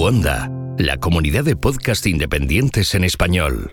Onda, la comunidad de podcast independientes en español.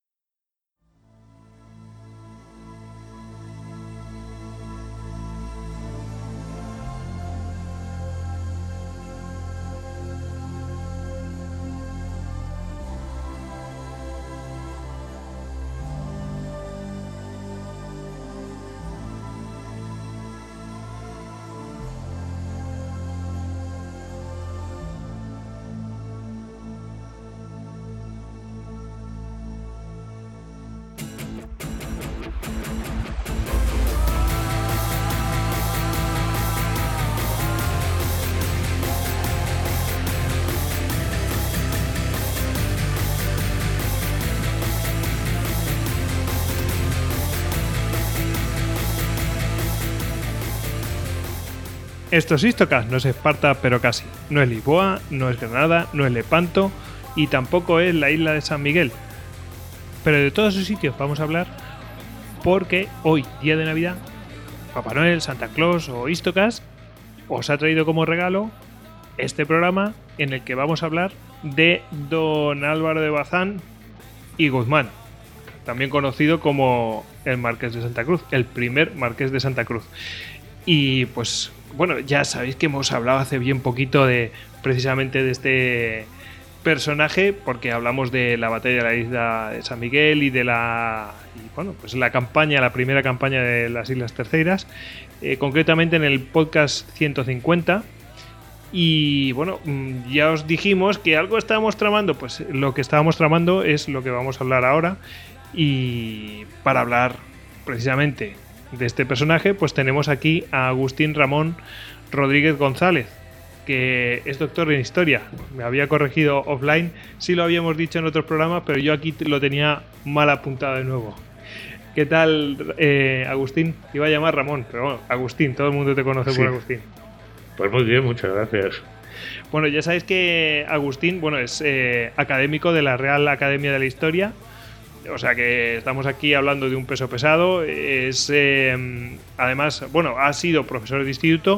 Esto es Istocast, no es Esparta, pero casi. No es Lisboa, no es Granada, no es Lepanto y tampoco es la isla de San Miguel. Pero de todos esos sitios vamos a hablar porque hoy, día de Navidad, Papá Noel, Santa Claus o Istocast os ha traído como regalo este programa en el que vamos a hablar de don Álvaro de Bazán y Guzmán, también conocido como el Marqués de Santa Cruz, el primer Marqués de Santa Cruz. Y pues bueno, ya sabéis que hemos hablado hace bien poquito precisamente de este personaje, porque hablamos de la batalla de la isla de San Miguel y de la primera campaña de las Islas Terceiras, concretamente en el podcast 150. Y bueno, ya os dijimos que algo estábamos tramando, pues lo que estábamos tramando es lo que vamos a hablar ahora. Y para hablar precisamente de este personaje, pues tenemos aquí a Agustín Ramón Rodríguez González, que es doctor en Historia. Me había corregido offline, sí lo habíamos dicho en otros programas, pero yo aquí lo tenía mal apuntado de nuevo. ¿Qué tal, Agustín? Te iba a llamar Ramón, pero bueno, Agustín, todo el mundo te conoce por Agustín. Pues muy bien, muchas gracias. Bueno, ya sabéis que Agustín, es académico de la Real Academia de la Historia. O sea que estamos aquí hablando de un peso pesado. Es además, ha sido profesor de instituto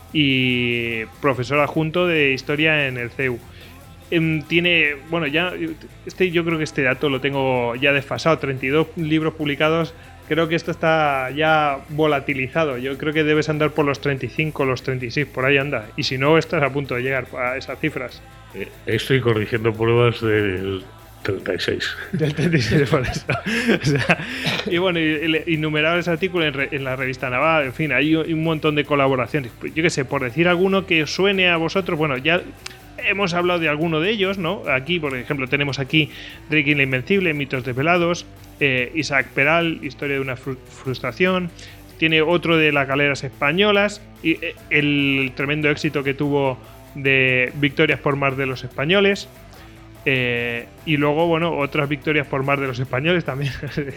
y profesor adjunto de historia en el CEU. Tiene, yo creo que este dato lo tengo ya desfasado. 32 libros publicados. Creo que esto está ya volatilizado. Yo creo que debes andar por los 35, los 36, por ahí anda. Y si no, estás a punto de llegar a esas cifras. Estoy corrigiendo pruebas del 36. Del 36, por eso. O sea, y bueno, innumerables artículos en la revista Naval, en fin, hay un montón de colaboraciones. Yo qué sé, por decir alguno que os suene a vosotros, ya hemos hablado de alguno de ellos, ¿no? Aquí, por ejemplo, tenemos aquí Drake la Invencible, Mitos desvelados, Isaac Peral, Historia de una frustración. Tiene otro de las galeras españolas y el tremendo éxito que tuvo de Victorias por mar de los españoles. Y luego, otras victorias por mar de los españoles también.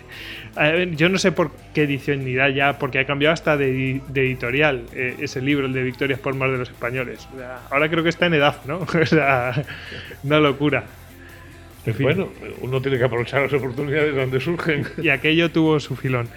Yo no sé por qué edición irá ya, porque ha cambiado hasta de editorial ese libro, el de Victorias por mar de los españoles. O sea, ahora creo que está en EDAF, ¿no? O sea, una locura. En fin. Bueno, uno tiene que aprovechar las oportunidades donde surgen. Y aquello tuvo su filón.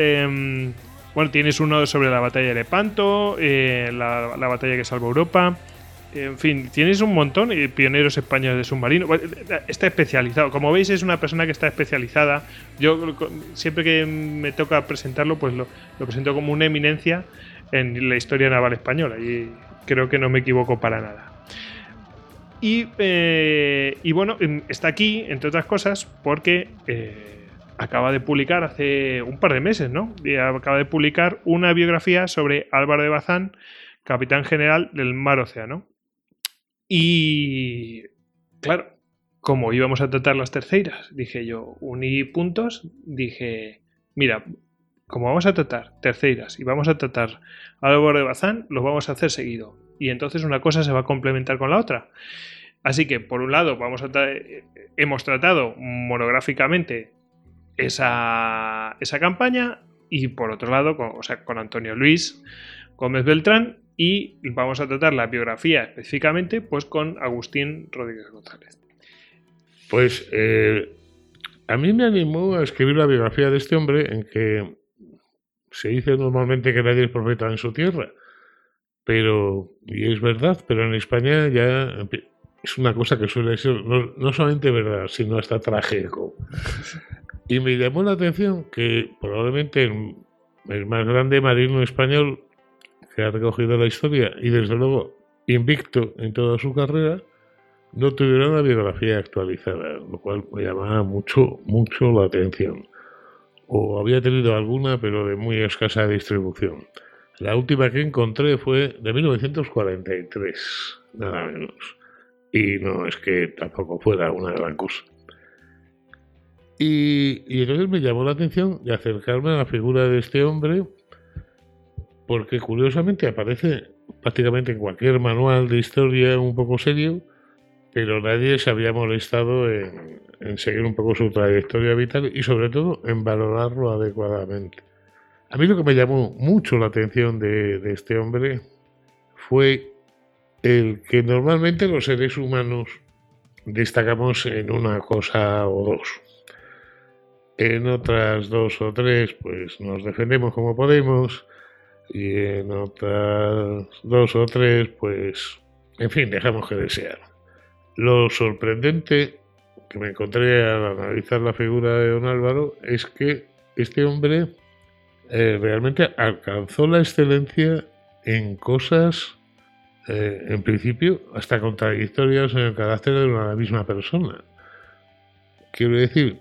Tienes uno sobre la batalla de Lepanto, la batalla que salvó Europa. En fin, tienes un montón de pioneros españoles de submarino. Está especializado. Como veis, es una persona que está especializada. Yo siempre que me toca presentarlo, pues lo presento como una eminencia en la historia naval española. Y creo que no me equivoco para nada. Y está aquí, entre otras cosas, porque acaba de publicar hace un par de meses, ¿no? Acaba de publicar una biografía sobre Álvaro de Bazán, capitán general del Mar Océano. Y claro, como íbamos a tratar las terceiras, dije yo, uní puntos, dije, mira, como vamos a tratar terceiras y vamos a tratar Álvaro de Bazán, los vamos a hacer seguido. Y entonces una cosa se va a complementar con la otra. Así que, por un lado, hemos tratado monográficamente esa campaña y, por otro lado, con Antonio Luis Gómez Beltrán, y vamos a tratar la biografía específicamente pues con Agustín Rodríguez González. Pues a mí me animó a escribir la biografía de este hombre, en que se dice normalmente que nadie es profeta en su tierra, y es verdad, pero en España ya es una cosa que suele ser no solamente verdad, sino hasta trágico. Y me llamó la atención que probablemente el más grande marino español que ha recogido la historia, y desde luego invicto en toda su carrera, no tuviera una biografía actualizada, lo cual me llamaba mucho la atención. O había tenido alguna, pero de muy escasa distribución. La última que encontré fue de 1943, nada menos. Y no es que tampoco fuera una gran cosa. Y entonces me llamó la atención de acercarme a la figura de este hombre, porque curiosamente aparece prácticamente en cualquier manual de historia un poco serio, pero nadie se había molestado en seguir un poco su trayectoria vital y sobre todo en valorarlo adecuadamente. A mí lo que me llamó mucho la atención de este hombre fue el que normalmente los seres humanos destacamos en una cosa o dos. En otras dos o tres pues nos defendemos como podemos, y en otras dos o tres pues en fin, dejamos que desear. Lo sorprendente que me encontré al analizar la figura de don Álvaro es que este hombre realmente alcanzó la excelencia en cosas, en principio, hasta contradictorias en el carácter de una misma persona. Quiero decir,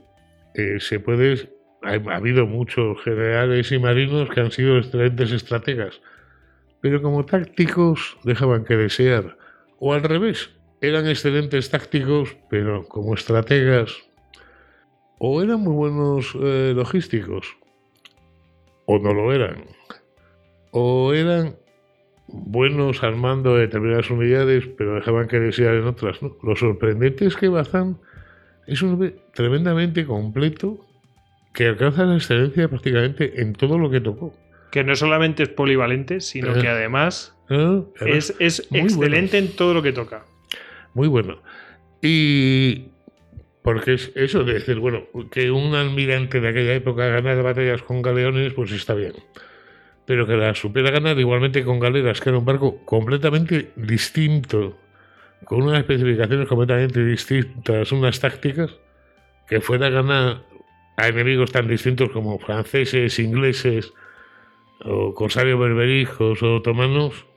ha habido muchos generales y marinos que han sido excelentes estrategas, pero como tácticos dejaban que desear, o al revés, eran excelentes tácticos, pero como estrategas, o eran muy buenos logísticos, o no lo eran, o eran buenos armando determinadas unidades, pero dejaban que desear en otras, ¿no? Lo sorprendente es que Bazán es un hombre tremendamente completo que alcanza la excelencia prácticamente en todo lo que tocó. Que no solamente es polivalente, sino que además es excelente bueno en todo lo que toca. Muy bueno. Y porque es eso de decir, bueno, que un almirante de aquella época ganara batallas con galeones, pues está bien. Pero que las supiera ganar igualmente con galeras, que era un barco completamente distinto, con unas especificaciones completamente distintas, unas tácticas, que fuera a ganar a enemigos tan distintos como franceses, ingleses, o corsarios berberijos o otomanos,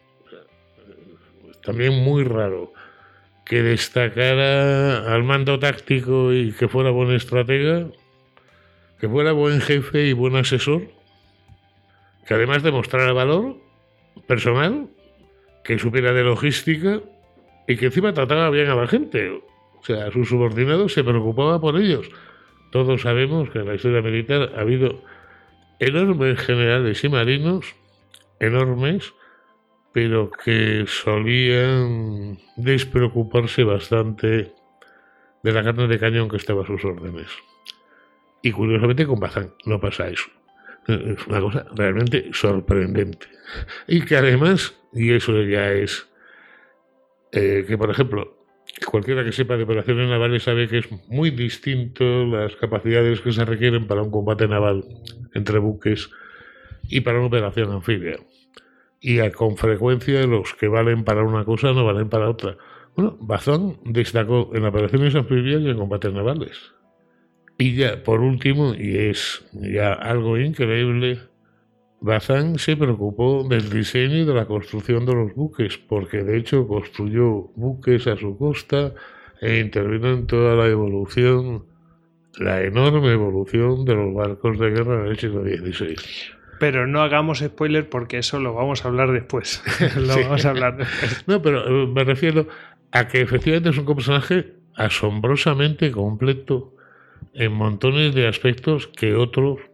también muy raro. Que destacara al mando táctico y que fuera buen estratega, que fuera buen jefe y buen asesor, que además demostrara valor personal, que supiera de logística y que encima trataba bien a la gente. O sea, a sus subordinados se preocupaba por ellos. Todos sabemos que en la historia militar ha habido enormes generales y marinos, enormes, pero que solían despreocuparse bastante de la carne de cañón que estaba a sus órdenes. Y curiosamente con Bazán no pasa eso. Es una cosa realmente sorprendente. Y que además, y eso ya es, que por ejemplo, cualquiera que sepa de operaciones navales sabe que es muy distinto las capacidades que se requieren para un combate naval entre buques y para una operación anfibia. Y con frecuencia los que valen para una cosa no valen para otra. Bueno, Bazán destacó en operaciones anfibias y en combates navales. Y ya, por último, y es ya algo increíble, Bazán se preocupó del diseño y de la construcción de los buques, porque de hecho construyó buques a su costa e intervino en toda la evolución, la enorme evolución de los barcos de guerra en el siglo XVI. Pero no hagamos spoiler porque eso lo vamos a hablar después. Vamos a hablar después. No, pero me refiero a que efectivamente es un personaje asombrosamente completo en montones de aspectos que en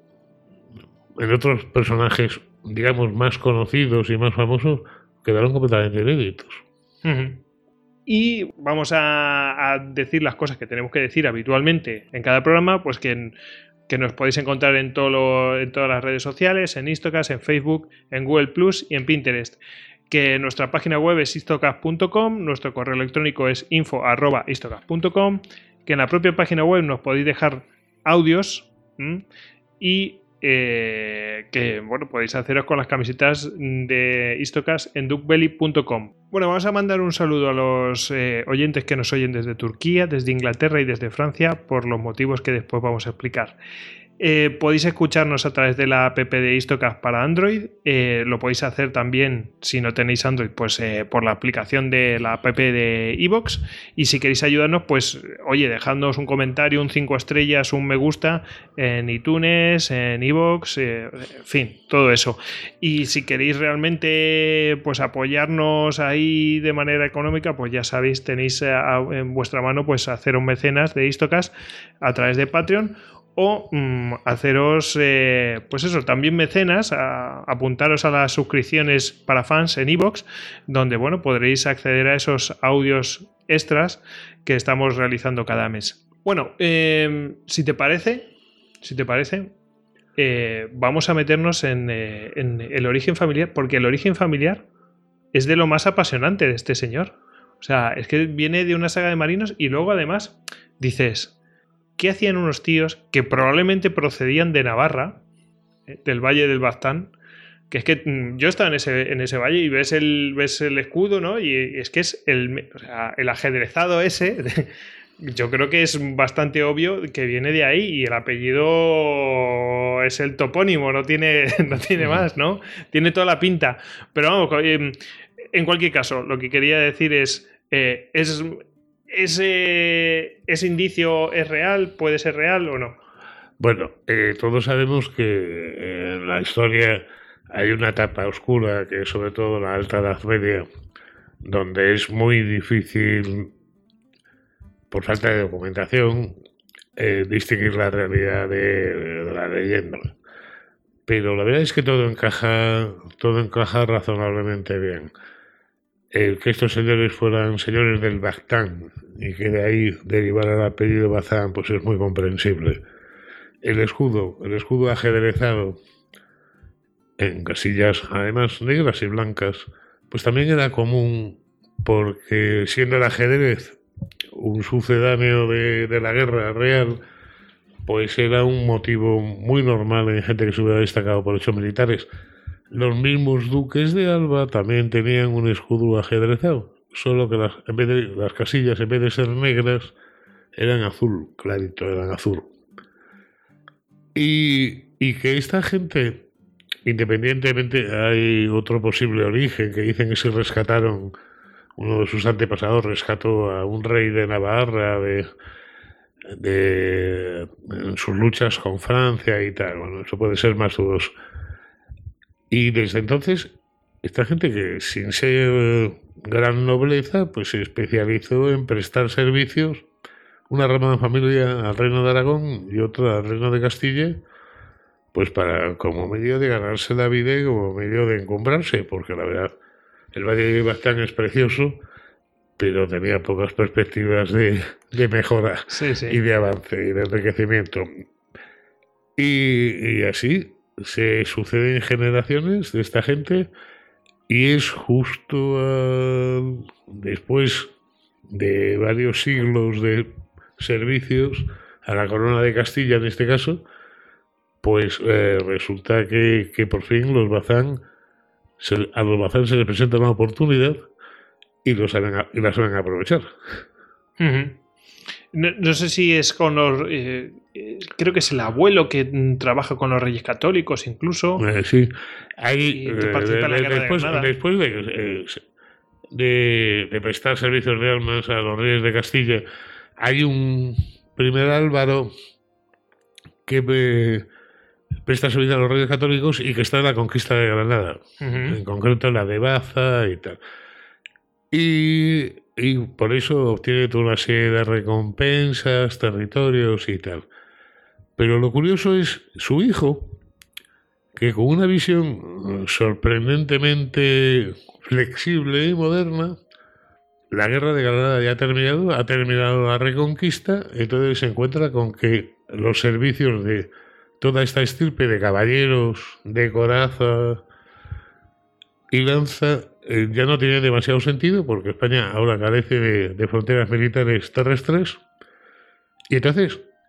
otros personajes, digamos, más conocidos y más famosos, quedaron completamente inéditos. Uh-huh. Y vamos a decir las cosas que tenemos que decir habitualmente en cada programa, pues que nos podéis encontrar en todas las redes sociales, en Istocast, en Facebook, en Google Plus y en Pinterest. Que nuestra página web es istocast.com, nuestro correo electrónico es info@istocast.com, que en la propia página web nos podéis dejar audios y que bueno, podéis haceros con las camisetas de Istocast en duckbelly.com. Bueno, vamos a mandar un saludo a los oyentes que nos oyen desde Turquía, desde Inglaterra y desde Francia, por los motivos que después vamos a explicar. Podéis escucharnos a través de la app de Istocast para Android. Lo podéis hacer también, si no tenéis Android, pues por la aplicación de la app de iVoox. Y si queréis ayudarnos, pues oye, dejadnos un comentario, un 5 estrellas, un me gusta en iTunes, en iVoox, en fin, todo eso. Y si queréis realmente pues apoyarnos ahí de manera económica, pues ya sabéis, tenéis en vuestra mano pues hacer un mecenas de Istocast a través de Patreon. O haceros, pues eso, también mecenas, apuntaros a las suscripciones para fans en iVoox, donde, bueno, podréis acceder a esos audios extras que estamos realizando cada mes. Bueno, si te parece, vamos a meternos en el origen familiar, porque el origen familiar es de lo más apasionante de este señor. O sea, es que viene de una saga de marinos y luego además dices... ¿Qué hacían unos tíos que probablemente procedían de Navarra, del Valle del Baztán? Que es que yo estaba en ese valle y ves el escudo, ¿no? Y es que es el ajedrezado ese. Yo creo que es bastante obvio que viene de ahí y el apellido es el topónimo, no tiene más, ¿no? Tiene toda la pinta. Pero vamos, en cualquier caso, lo que quería decir es ¿ese indicio es real? ¿Puede ser real o no? Bueno, todos sabemos que en la historia hay una etapa oscura, que es sobre todo la Alta Edad Media, donde es muy difícil, por falta de documentación, distinguir la realidad de la leyenda. Pero la verdad es que todo encaja razonablemente bien. Que estos señores fueran señores del Baztán y que de ahí derivara el apellido Bazán, pues es muy comprensible. El escudo ajedrezado en casillas, además negras y blancas, pues también era común porque siendo el ajedrez un sucedáneo de la guerra real, pues era un motivo muy normal en gente que se hubiera destacado por hechos militares. Los mismos duques de Alba también tenían un escudo ajedrezado, solo que en vez de las casillas, en vez de ser negras, eran azul, clarito, eran azul. Y que esta gente, independientemente, hay otro posible origen que dicen que si rescataron, uno de sus antepasados rescató a un rey de Navarra en sus luchas con Francia y tal. Bueno, eso puede ser más dudoso. Y desde entonces, esta gente que sin ser gran nobleza, pues se especializó en prestar servicios, una rama de familia al reino de Aragón y otra al reino de Castilla, pues como medio de ganarse la vida y como medio de encumbrarse, porque la verdad, el Valle de Baztán es precioso, pero tenía pocas perspectivas de mejora y de avance y de enriquecimiento. Y así se suceden generaciones de esta gente y es justo después de varios siglos de servicios a la corona de Castilla en este caso, pues resulta que por fin a los Bazán se les presenta una oportunidad y la saben aprovechar. Uh-huh. No sé si es con los... creo que es el abuelo que trabaja con los Reyes Católicos incluso. Sí. Después de prestar servicios de armas a los Reyes de Castilla, hay un primer Álvaro que presta servicio a los Reyes Católicos y que está en la conquista de Granada. Uh-huh. En concreto la de Baza y tal. Y por eso obtiene toda una serie de recompensas, territorios y tal. Pero lo curioso es su hijo, que con una visión sorprendentemente flexible y moderna, la guerra de Granada ya ha terminado la reconquista, entonces se encuentra con que los servicios de toda esta estirpe de caballeros, de coraza y lanza ya no tiene demasiado sentido porque España ahora carece de fronteras militares terrestres y entonces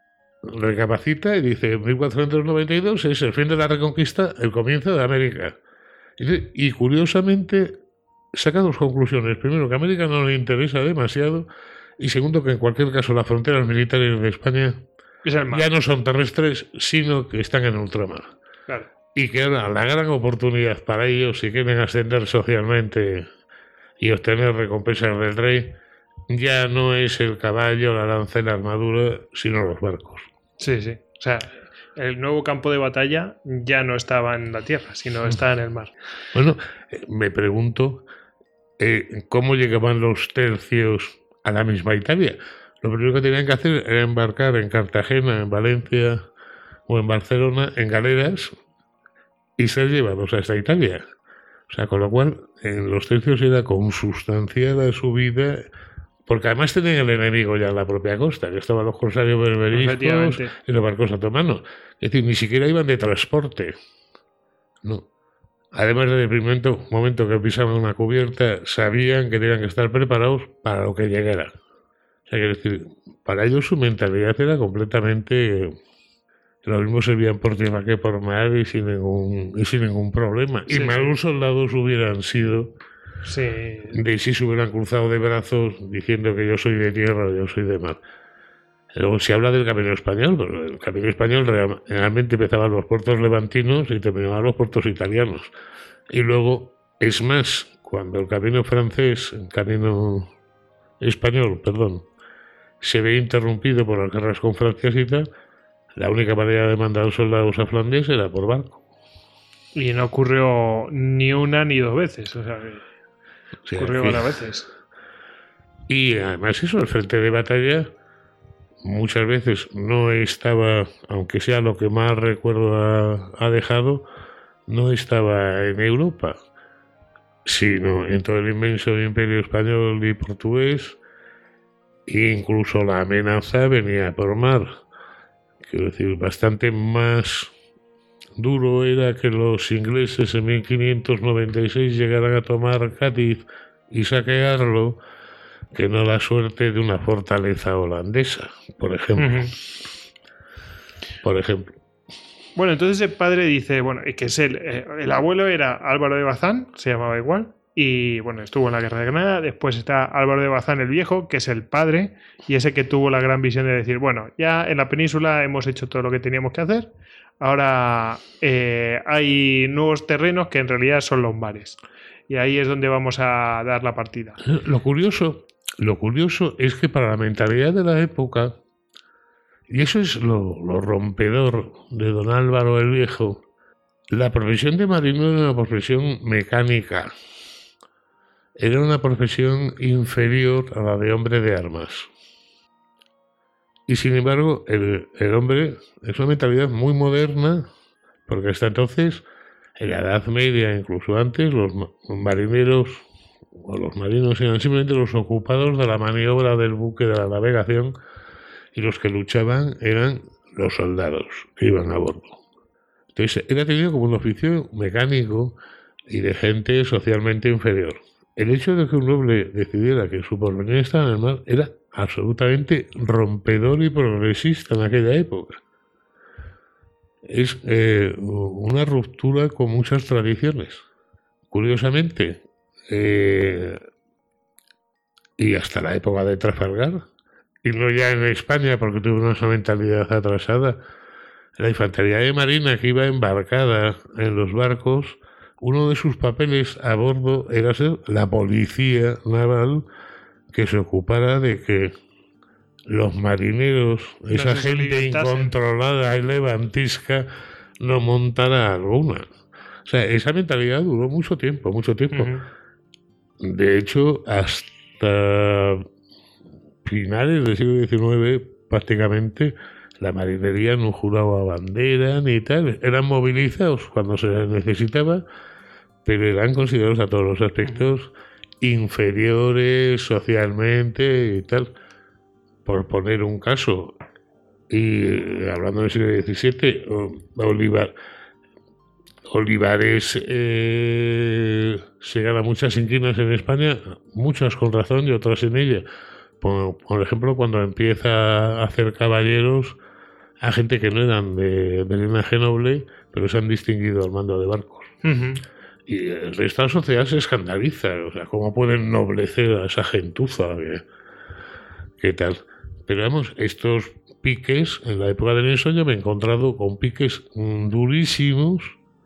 recapacita y dice: 1492 es el fin de la Reconquista, el comienzo de América. Y curiosamente saca dos conclusiones. Primero, que a América no le interesa demasiado, y segundo, que en cualquier caso las fronteras militares de España ya no son terrestres, sino que están en ultramar. Claro. Y que ahora la gran oportunidad para ellos, si quieren ascender socialmente y obtener recompensas del rey, ya no es el caballo, la lanza y la armadura, sino los barcos. Sí, sí. O sea, el nuevo campo de batalla ya no estaba en la tierra, sino estaba en el mar. Bueno, me pregunto cómo llegaban los tercios a la misma Italia. Lo primero que tenían que hacer era embarcar en Cartagena, en Valencia o en Barcelona en galeras y ser llevados hasta Italia. O sea, con lo cual en los tercios era consustanciada su vida, porque además tenían el enemigo ya en la propia costa, que estaban los corsarios berberiscos y los barcos otomanos. Es decir, ni siquiera iban de transporte. No. Además del primer momento que pisaban una cubierta, sabían que tenían que estar preparados para lo que llegara. O sea, quiero decir, para ellos su mentalidad era completamente... Lo mismo servían por tierra que por mar y sin ningún problema. Sí, y malos soldados hubieran sido de si se hubieran cruzado de brazos diciendo que yo soy de tierra o yo soy de mar. Luego se habla del camino español, pero el camino español realmente empezaba en los puertos levantinos y terminaba en los puertos italianos. Y luego, es más, cuando el camino francés, el camino español, se ve interrumpido por las guerras con Francia y tal, la única manera de mandar soldados a Flandes era por barco. Y no ocurrió ni una ni dos veces, o sea, ocurrió varias veces. Y además eso, el frente de batalla muchas veces no estaba, aunque sea lo que más recuerdo ha dejado, no estaba en Europa, sino en todo el inmenso imperio español y portugués, e incluso la amenaza venía por mar. Quiero decir, bastante más duro era que los ingleses en 1596 llegaran a tomar Cádiz y saquearlo, que no la suerte de una fortaleza holandesa, por ejemplo. Por ejemplo. Bueno, entonces el padre dice, bueno, que es el abuelo era Álvaro de Bazán, se llamaba igual, y bueno, estuvo en la Guerra de Granada. Después está Álvaro de Bazán el Viejo, que es el padre, y ese que tuvo la gran visión de decir, bueno, ya en la península hemos hecho todo lo que teníamos que hacer, ahora hay nuevos terrenos que en realidad son los mares, y ahí es donde vamos a dar la partida. Lo curioso es que para la mentalidad de la época, y eso es lo rompedor de don Álvaro el Viejo, la profesión de marino era una profesión mecánica. Era una profesión inferior a la de hombre de armas. Y sin embargo, el hombre es una mentalidad muy moderna, porque hasta entonces, en la Edad Media, incluso antes, los marineros o los marinos eran simplemente los ocupados de la maniobra del buque, de la navegación, y los que luchaban eran los soldados que iban a bordo. Entonces era tenido como un oficio mecánico y de gente socialmente inferior. El hecho de que un noble decidiera que su porvenir estaba en el mar era absolutamente rompedor y progresista en aquella época. Es una ruptura con muchas tradiciones. Curiosamente, y hasta la época de Trafalgar, y no ya en España porque tuvo una mentalidad atrasada, la infantería de marina que iba embarcada en los barcos, uno de sus papeles a bordo era ser la policía naval que se ocupara de que los marineros, esa gente incontrolada y levantisca, no montara alguna. O sea, esa mentalidad duró mucho tiempo. De hecho, hasta finales del siglo XIX, prácticamente, la marinería no juraba bandera ni tal. Eran movilizados cuando se les necesitaba, pero eran considerados a todos los aspectos inferiores socialmente y tal. Por poner un caso, y hablando del siglo XVII, Olivares se gana muchas inquinas en España, muchas con razón y otras en ella. Por ejemplo, cuando empieza a hacer caballeros a gente que no eran de linaje noble, pero se han distinguido al mando de barcos. Ujú. Y el resto de la sociedad se escandaliza. O sea, ¿cómo pueden noblecer a esa gentuza? ¿Qué tal? Pero vamos, estos piques, en la época del ensueño me he encontrado con piques durísimos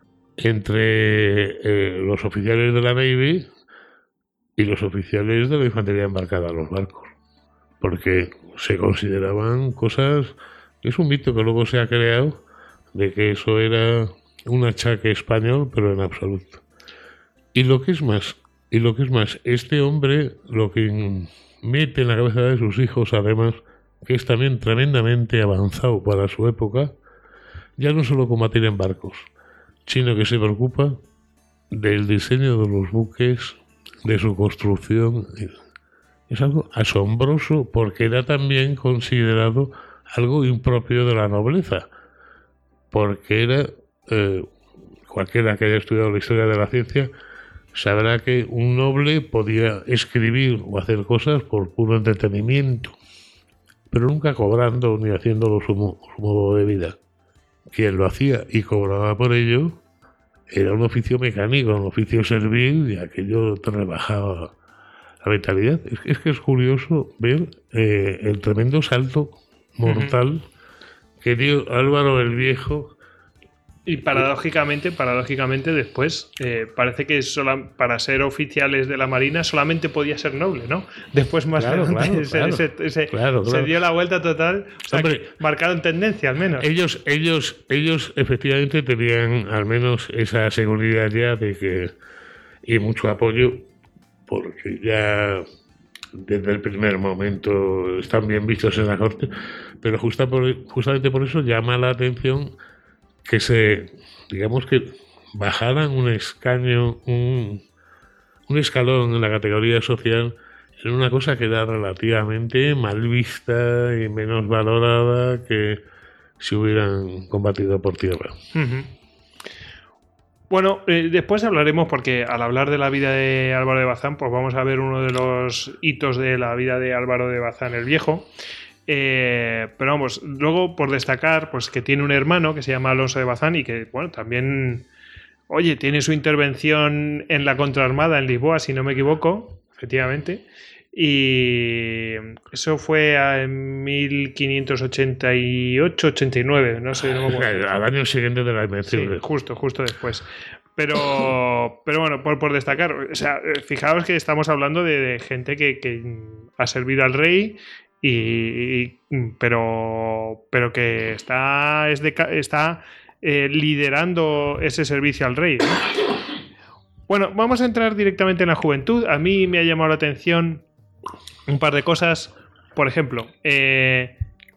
entre los oficiales de la Navy y los oficiales de la infantería embarcada a los barcos. Porque se consideraban cosas... Es un mito que luego se ha creado de que eso era un achaque español, pero en absoluto. Y lo que es más, este hombre lo que mete en la cabeza de sus hijos, además, que es también tremendamente avanzado para su época, ya no solo combatir en barcos, sino que se preocupa del diseño de los buques, de su construcción. Es algo asombroso porque era también considerado algo impropio de la nobleza, porque era, cualquiera que haya estudiado la historia de la ciencia sabrá que un noble podía escribir o hacer cosas por puro entretenimiento, pero nunca cobrando ni haciéndolo su modo de vida. Quien lo hacía y cobraba por ello era un oficio mecánico, un oficio servil, y aquello te rebajaba la mentalidad. Es que es curioso ver el tremendo salto mortal que dio Álvaro el Viejo. Y paradójicamente después parece que para ser oficiales de la Marina solamente podía ser noble, ¿no? Después más adelante se dio la vuelta total, o sea, hombre, marcado en tendencia al menos. Ellos efectivamente tenían al menos esa seguridad ya de que, y mucho apoyo, porque ya desde el primer momento están bien vistos en la corte, pero justamente por eso llama la atención que digamos que bajaran un escaño, un escalón en la categoría social en una cosa que era relativamente mal vista y menos valorada que si hubieran combatido por tierra. Uh-huh. Bueno, después hablaremos, porque al hablar de la vida de Álvaro de Bazán, pues vamos a ver uno de los hitos de la vida de Álvaro de Bazán el Viejo. Pero vamos, luego por destacar, pues que tiene un hermano que se llama Alonso de Bazán y que, bueno, también, oye, tiene su intervención en la contraarmada en Lisboa, si no me equivoco, efectivamente, y eso fue en 1588-89, no sé. No me acuerdo. Al año siguiente de la invención. Sí, justo después. Pero bueno, por destacar, o sea, fijaos que estamos hablando de gente que ha servido al rey, pero que está liderando ese servicio al rey, ¿no? Bueno, vamos a entrar directamente en la juventud. A mí me ha llamado la atención un par de cosas. Por ejemplo, que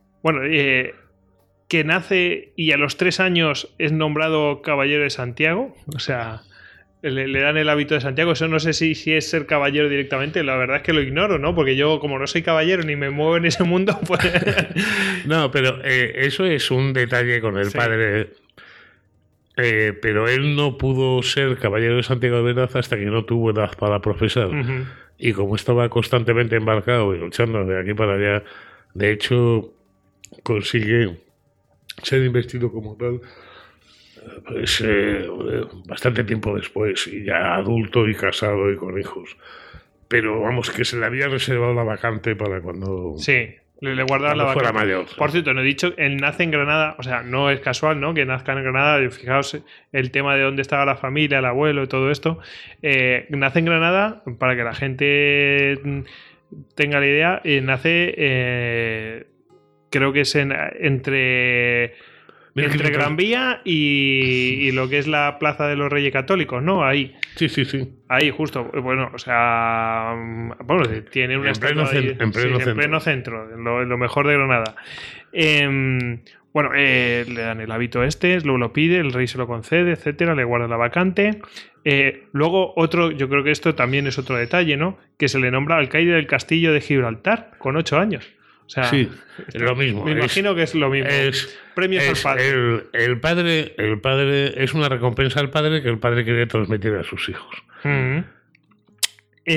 nace y a los 3 años es nombrado caballero de Santiago. O sea, le dan el hábito de Santiago. Eso no sé si es ser caballero directamente. La verdad es que lo ignoro, ¿no? Porque yo, como no soy caballero ni me muevo en ese mundo, pues... No, pero eso es un detalle con el padre. Pero él no pudo ser caballero de Santiago de verdad hasta que no tuvo edad para profesar. Uh-huh. Y como estaba constantemente embarcado y luchando de aquí para allá, de hecho consigue ser investido como tal pues bastante tiempo después, y ya adulto y casado y con hijos. Pero vamos, que se le había reservado la vacante para cuando... Sí. Le guardaban la fuera vacante. Mayor. Por cierto, no he dicho, él nace en Granada, o sea, no es casual, ¿no? Que nazca en Granada. Fijaos el tema de dónde estaba la familia, el abuelo y todo esto. Nace en Granada, para que la gente tenga la idea, nace, creo que es entre Gran Vía y lo que es la Plaza de los Reyes Católicos, ¿no? Ahí. Sí. Ahí, justo. Bueno, o sea... Bueno, tiene una estatua ahí, en pleno centro, en lo mejor de Granada. Le dan el hábito luego lo pide, el rey se lo concede, etcétera, le guarda la vacante. Luego otro, yo creo que esto también es otro detalle, ¿no? Que se le nombra alcaide del castillo de Gibraltar con 8 años. O sea, sí, es lo mismo. Me imagino que es lo mismo. Premios al padre. El padre es una recompensa al padre que el padre quiere transmitir a sus hijos. Uh-huh.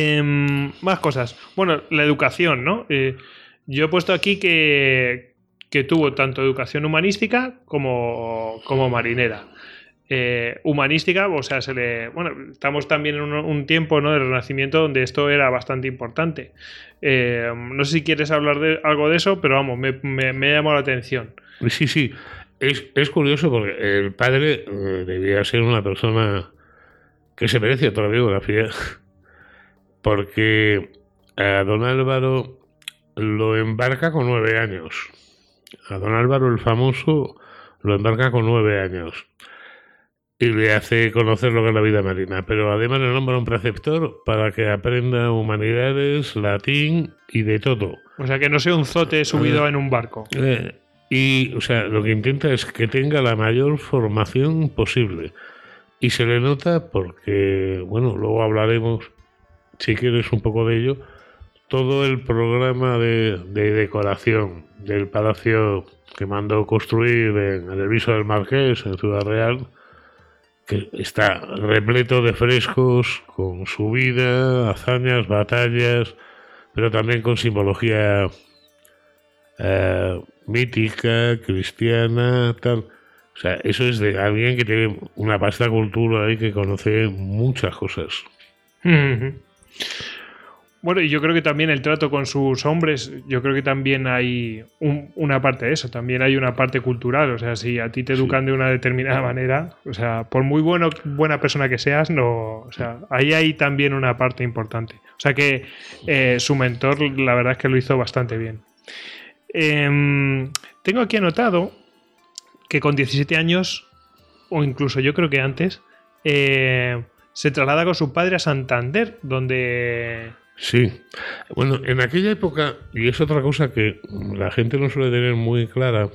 Más cosas. Bueno, la educación, ¿no? Yo he puesto aquí que que tuvo tanto educación humanística como marinera. Humanística, o sea, estamos también en un tiempo, ¿no?, del Renacimiento donde esto era bastante importante. No sé si quieres hablar de algo de eso, pero vamos, me ha llamado la atención. Sí. Es curioso porque el padre debía ser una persona que se merece otra biografía, porque a don Álvaro lo embarca con 9 años. A don Álvaro el famoso lo embarca con 9 años y le hace conocer lo que es la vida marina, pero además le nombra un preceptor para que aprenda humanidades, latín y de todo. O sea, que no sea un zote subido en un barco. Y, o sea, lo que intenta es que tenga la mayor formación posible. Y se le nota porque, bueno, luego hablaremos, si quieres, un poco de ello, todo el programa de decoración del palacio que mandó construir en el Viso del Marqués, en Ciudad Real, que está repleto de frescos con su vida, hazañas, batallas, pero también con simbología mítica, cristiana, tal. O sea, eso es de alguien que tiene una vasta cultura y que conoce muchas cosas. Bueno, y yo creo que también el trato con sus hombres, yo creo que también hay una parte de eso, también hay una parte cultural. O sea, si a ti te educan de una determinada manera, o sea, por muy buena persona que seas, no, o sea, ahí hay también una parte importante. O sea que su mentor, la verdad es que lo hizo bastante bien. Tengo aquí anotado que con 17 años, o incluso yo creo que antes, se traslada con su padre a Santander, donde... Sí, bueno, en aquella época, y es otra cosa que la gente no suele tener muy clara,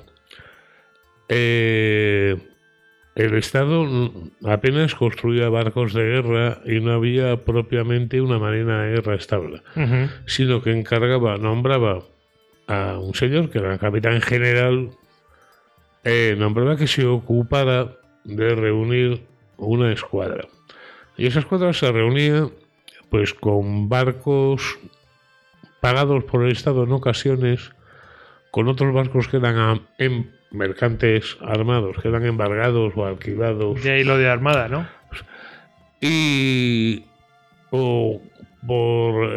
el Estado apenas construía barcos de guerra y no había propiamente una marina de guerra estable, sino que nombraba a un señor que era el capitán general, nombraba que se ocupara de reunir una escuadra. Y esa escuadra se reunía pues con barcos pagados por el Estado en ocasiones, con otros barcos que eran mercantes armados, que eran embargados o alquilados. De ahí lo de armada, ¿no? O por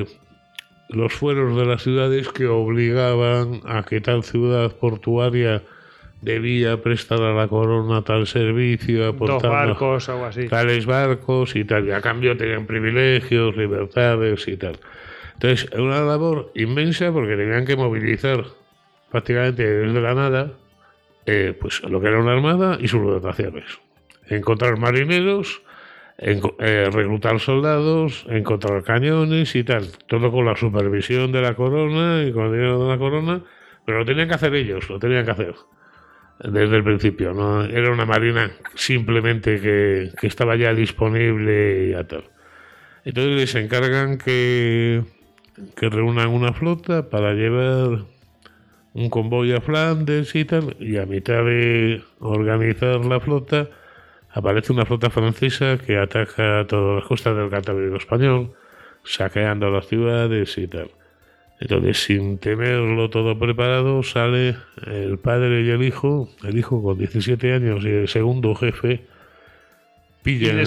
los fueros de las ciudades que obligaban a que tal ciudad portuaria debía prestar a la corona tal servicio, aportar 2 barcos o algo así. Tales barcos y tal, y a cambio tenían privilegios, libertades y tal. Entonces, es una labor inmensa porque tenían que movilizar prácticamente desde la nada pues lo que era una armada y sus dotaciones. Encontrar marineros, reclutar soldados, encontrar cañones y tal. Todo con la supervisión de la corona y con el dinero de la corona, pero lo tenían que hacer ellos, lo tenían que hacer desde el principio. No era una marina simplemente que estaba ya disponible y a tal. Entonces les encargan que reúnan una flota para llevar un convoy a Flandes y tal, y a mitad de organizar la flota aparece una flota francesa que ataca todas las costas del Cantábrico español, saqueando las ciudades y tal. Entonces, sin tenerlo todo preparado, sale el padre y el hijo con 17 años y el segundo jefe, pillan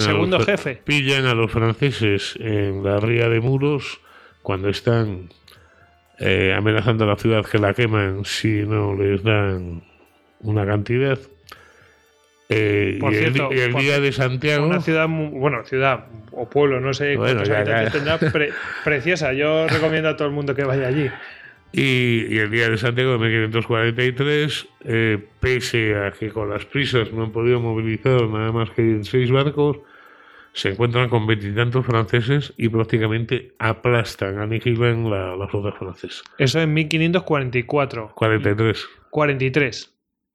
a los franceses en la ría de Muros cuando están amenazando a la ciudad que la queman si no les dan una cantidad. Por cierto, el día de Santiago, una ciudad, ciudad o pueblo, no sé cuántos habitantes tendrá, preciosa. Yo recomiendo a todo el mundo que vaya allí. Y el día de Santiago de 1543, pese a que con las prisas no han podido movilizar nada más que 6 barcos, se encuentran con 20 y tantos franceses y prácticamente aniquilan la flota francesa. Eso en 1544. 43.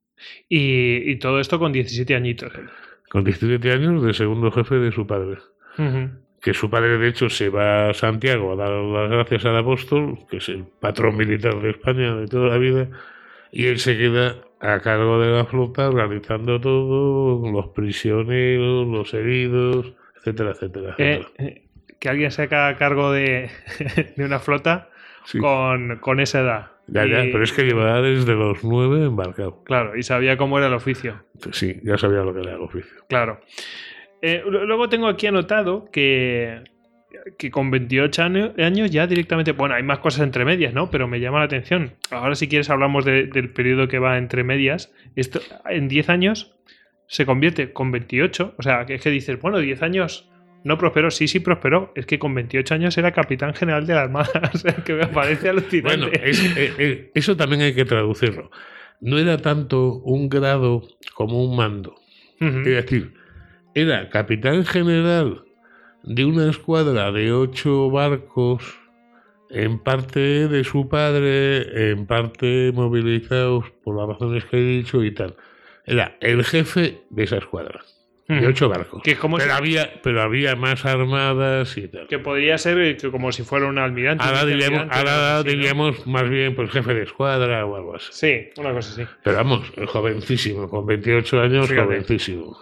Y todo esto con 17 añitos. Con 17 años de segundo jefe de su padre. Que su padre, de hecho, se va a Santiago a dar las gracias al apóstol, que es el patrón militar de España de toda la vida, y él se queda a cargo de la flota, organizando todo, los prisioneros, los heridos, etcétera, etcétera, etcétera. Que alguien se haga a cargo de una flota, sí, con esa edad. Ya, pero es que llevaba desde los 9 embarcado. Claro, y sabía cómo era el oficio. Sí, ya sabía lo que era el oficio. Claro. Luego tengo aquí anotado que con 28 años ya directamente... Bueno, hay más cosas entre medias, ¿no? Pero me llama la atención. Ahora, si quieres, hablamos del periodo que va entre medias. Esto, en 10 años se convierte con 28. O sea, que es que dices, bueno, 10 años no prosperó. Sí, prosperó. Es que con 28 años era capitán general de la Armada. O sea, que me parece alucinante. Bueno, eso también hay que traducirlo. No era tanto un grado como un mando. Uh-huh. Es decir, era capitán general de una escuadra de 8 barcos, en parte de su padre, en parte movilizados por las razones que he dicho y tal. Era el jefe de esa escuadra, de 8 barcos. Que es como pero había más armadas y tal. Que podría ser como si fuera un almirante. Ahora diríamos más bien pues jefe de escuadra o algo así. Sí, una cosa así. Pero vamos, jovencísimo, con 28 años, Fíjate. Jovencísimo.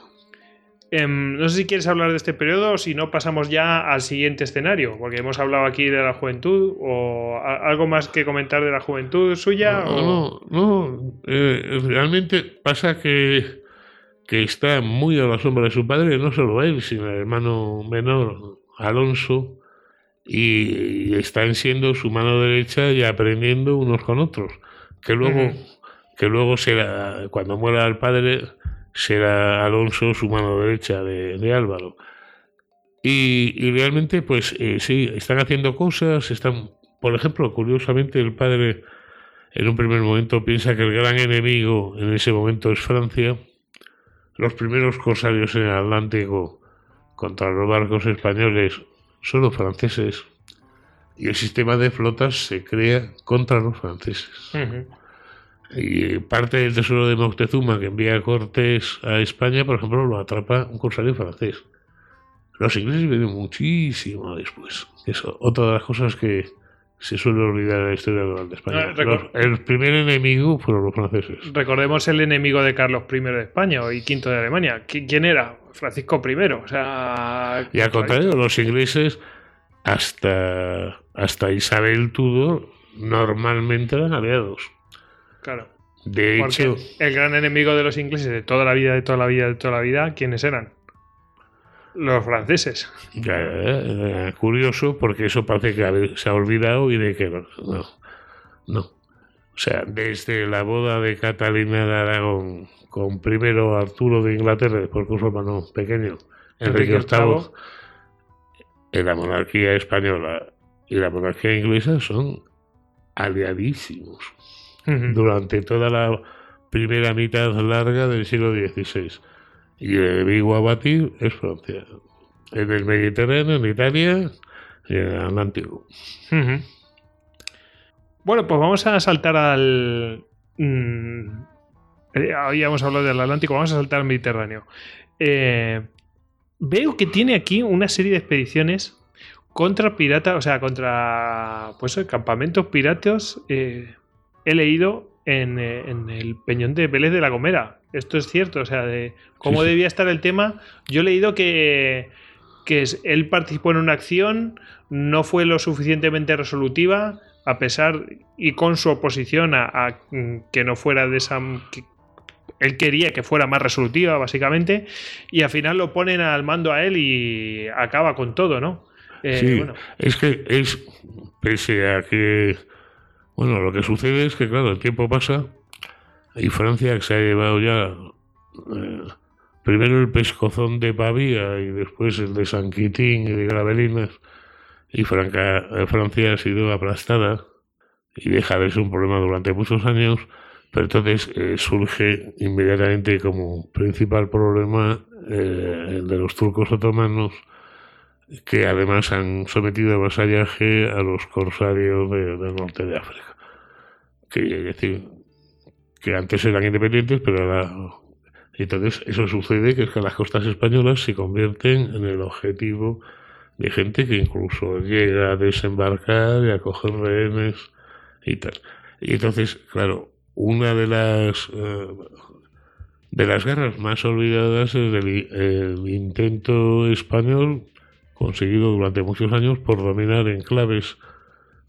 No sé si quieres hablar de este periodo o si no pasamos ya al siguiente escenario, porque hemos hablado aquí de la juventud o algo más que comentar de la juventud suya. No, realmente pasa que está muy a la sombra de su padre, no solo él, sino el hermano menor, Alonso, y están siendo su mano derecha y aprendiendo unos con otros, que luego será, cuando muera el padre, será Alonso su mano derecha de Álvaro. Y realmente, pues sí, están haciendo cosas, por ejemplo, curiosamente, el padre en un primer momento piensa que el gran enemigo en ese momento es Francia. Los primeros corsarios en el Atlántico contra los barcos españoles son los franceses, y el sistema de flotas se crea contra los franceses. Uh-huh. Y parte del tesoro de Moctezuma que envía a Cortés a España, por ejemplo, lo atrapa un corsario francés. Los ingleses vienen muchísimo después. Eso, otra de las cosas que se suele olvidar en la historia de España. El primer enemigo fueron los franceses. Recordemos el enemigo de Carlos I de España y V de Alemania. ¿Quién era? Francisco I. O sea, y al contrario, los ingleses, hasta Isabel Tudor, normalmente eran aliados. Claro. De hecho, el gran enemigo de los ingleses de toda la vida, ¿quiénes eran? Los franceses. Curioso, porque eso parece que se ha olvidado y de que no. O sea, desde la boda de Catalina de Aragón con primero Arturo de Inglaterra, después con su hermano pequeño, Enrique VIII, la monarquía española y la monarquía inglesa son aliadísimos. Uh-huh. Durante toda la primera mitad larga del siglo XVI. Y el enemigo a batir es Francia. En el Mediterráneo, en Italia y en el Atlántico. Uh-huh. Bueno, pues vamos a saltar al... Hoy hemos hablado del Atlántico, vamos a saltar al Mediterráneo. Veo que tiene aquí una serie de expediciones contra piratas, o sea, contra campamentos piratas. He leído en el Peñón de Vélez de la Gomera. Esto es cierto, o sea, de cómo debía estar el tema. Yo he leído que él participó en una acción, no fue lo suficientemente resolutiva, a pesar y con su oposición a que no fuera de esa... Él quería que fuera más resolutiva, básicamente, y al final lo ponen al mando a él y acaba con todo, ¿no? Bueno. Es que pese a que... Bueno, lo que sucede es que, claro, el tiempo pasa y Francia se ha llevado ya primero el pescozón de Pavía y después el de San Quitín y de Gravelinas, y Francia ha sido aplastada y deja de ser un problema durante muchos años, pero entonces surge inmediatamente como principal problema el de los turcos otomanos, que además han sometido a vasallaje a los corsarios del norte de África. Es decir, que antes eran independientes, pero ahora... Entonces eso sucede, que es que las costas españolas se convierten en el objetivo de gente que incluso llega a desembarcar y a coger rehenes y tal. Y entonces, claro, una de las guerras más olvidadas es el intento español conseguido durante muchos años por dominar enclaves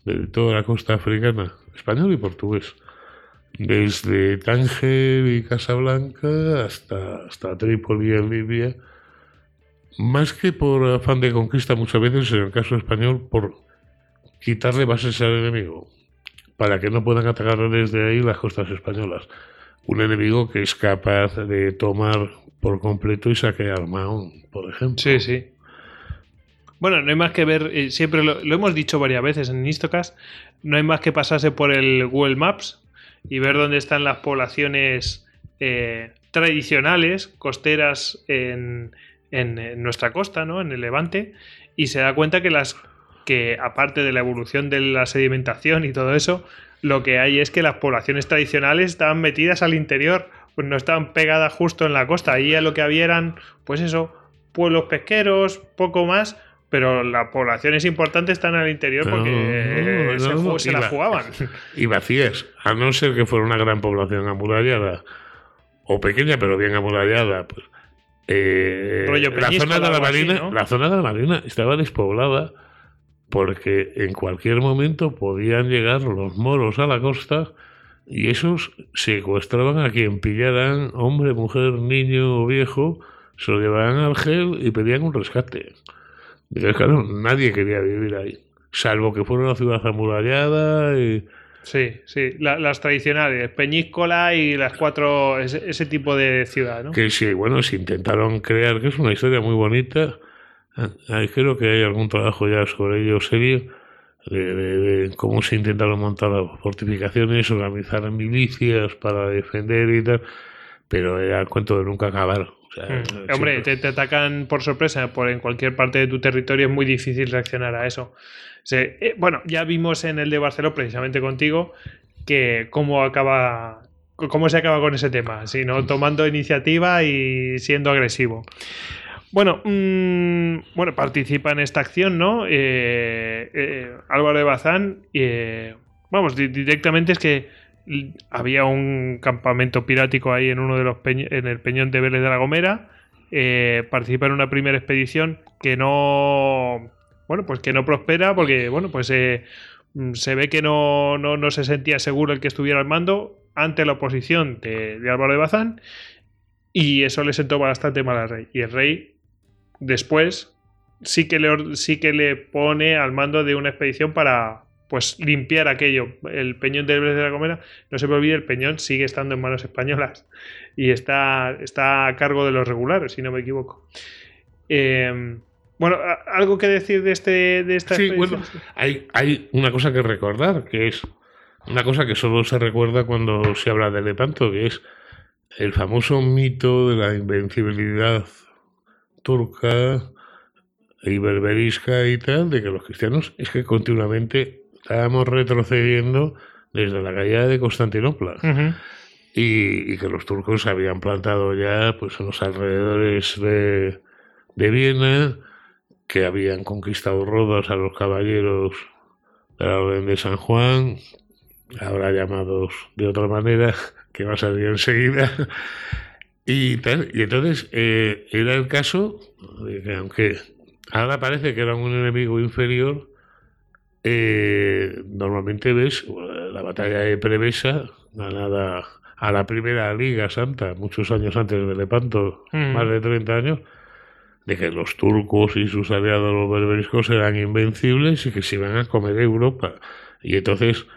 de toda la costa africana, español y portugués, desde Tánger y Casablanca hasta Trípoli en Libia, más que por afán de conquista muchas veces, en el caso español, por quitarle bases al enemigo, para que no puedan atacar desde ahí las costas españolas. Un enemigo que es capaz de tomar por completo y saquear Mahón, por ejemplo. Sí, sí. Bueno, no hay más que ver, siempre lo hemos dicho varias veces en Histocast, no hay más que pasarse por el Google Maps y ver dónde están las poblaciones tradicionales, costeras en nuestra costa, ¿no? En el Levante, y se da cuenta que aparte de la evolución de la sedimentación y todo eso, lo que hay es que las poblaciones tradicionales estaban metidas al interior, pues no estaban pegadas justo en la costa. Ahí a lo que había eran, pues eso, pueblos pesqueros, poco más, pero las poblaciones importantes están al interior porque se la jugaban. Y vacías, a no ser que fuera una gran población amurallada, o pequeña pero bien amurallada, pues la zona de la Marina, así, ¿no? La zona de la Marina estaba despoblada porque en cualquier momento podían llegar los moros a la costa y esos secuestraban a quien pillaran, hombre, mujer, niño o viejo, se lo llevaban al Argel y pedían un rescate. Entonces, claro, nadie quería vivir ahí, salvo que fuera una ciudad amurallada y... Sí, las tradicionales, Peñíscola y las cuatro, ese tipo de ciudad, ¿no? Que sí, bueno, se intentaron crear, que es una historia muy bonita. Creo que hay algún trabajo ya sobre ello serio, de cómo se intentaron montar las fortificaciones, organizar milicias para defender y tal, pero era el cuento de nunca acabar. O sea, hombre, te atacan por sorpresa en cualquier parte de tu territorio, es muy difícil reaccionar a eso. Bueno, ya vimos en el de Barcelona, precisamente contigo, que cómo se acaba con ese tema, sino tomando iniciativa y siendo agresivo. Bueno, participa en esta acción, ¿no? Álvaro de Bazán, vamos, directamente es que había un campamento pirático ahí en uno de los en el Peñón de Vélez de la Gomera. Participa en una primera expedición que no prospera porque, se ve que no se sentía seguro el que estuviera al mando ante la oposición de Álvaro de Bazán, y eso le sentó bastante mal al rey. Y el rey después sí que le pone al mando de una expedición para, pues, limpiar aquello. El Peñón de Vélez de la Gomera, no se me olvide, el Peñón sigue estando en manos españolas y está a cargo de los regulares, si no me equivoco. Bueno, ¿algo que decir de esta sí, expedición? Bueno, hay una cosa que recordar, que es una cosa que solo se recuerda cuando se habla de Lepanto, que es el famoso mito de la invencibilidad turca y berberisca y tal, de que los cristianos es que continuamente estábamos retrocediendo desde la caída de Constantinopla. Uh-huh. Y que los turcos habían plantado ya, pues, en los alrededores de Viena, que habían conquistado Rodas a los caballeros de la Orden de San Juan, ahora llamados de otra manera, que va a salir enseguida, y tal. Y entonces era el caso de que, aunque ahora parece que era un enemigo inferior, normalmente ves la batalla de Prevesa, ganada a la primera Liga Santa, muchos años antes de Lepanto, más de 30 años, de que los turcos y sus aliados los berberiscos eran invencibles y que se iban a comer Europa. Y entonces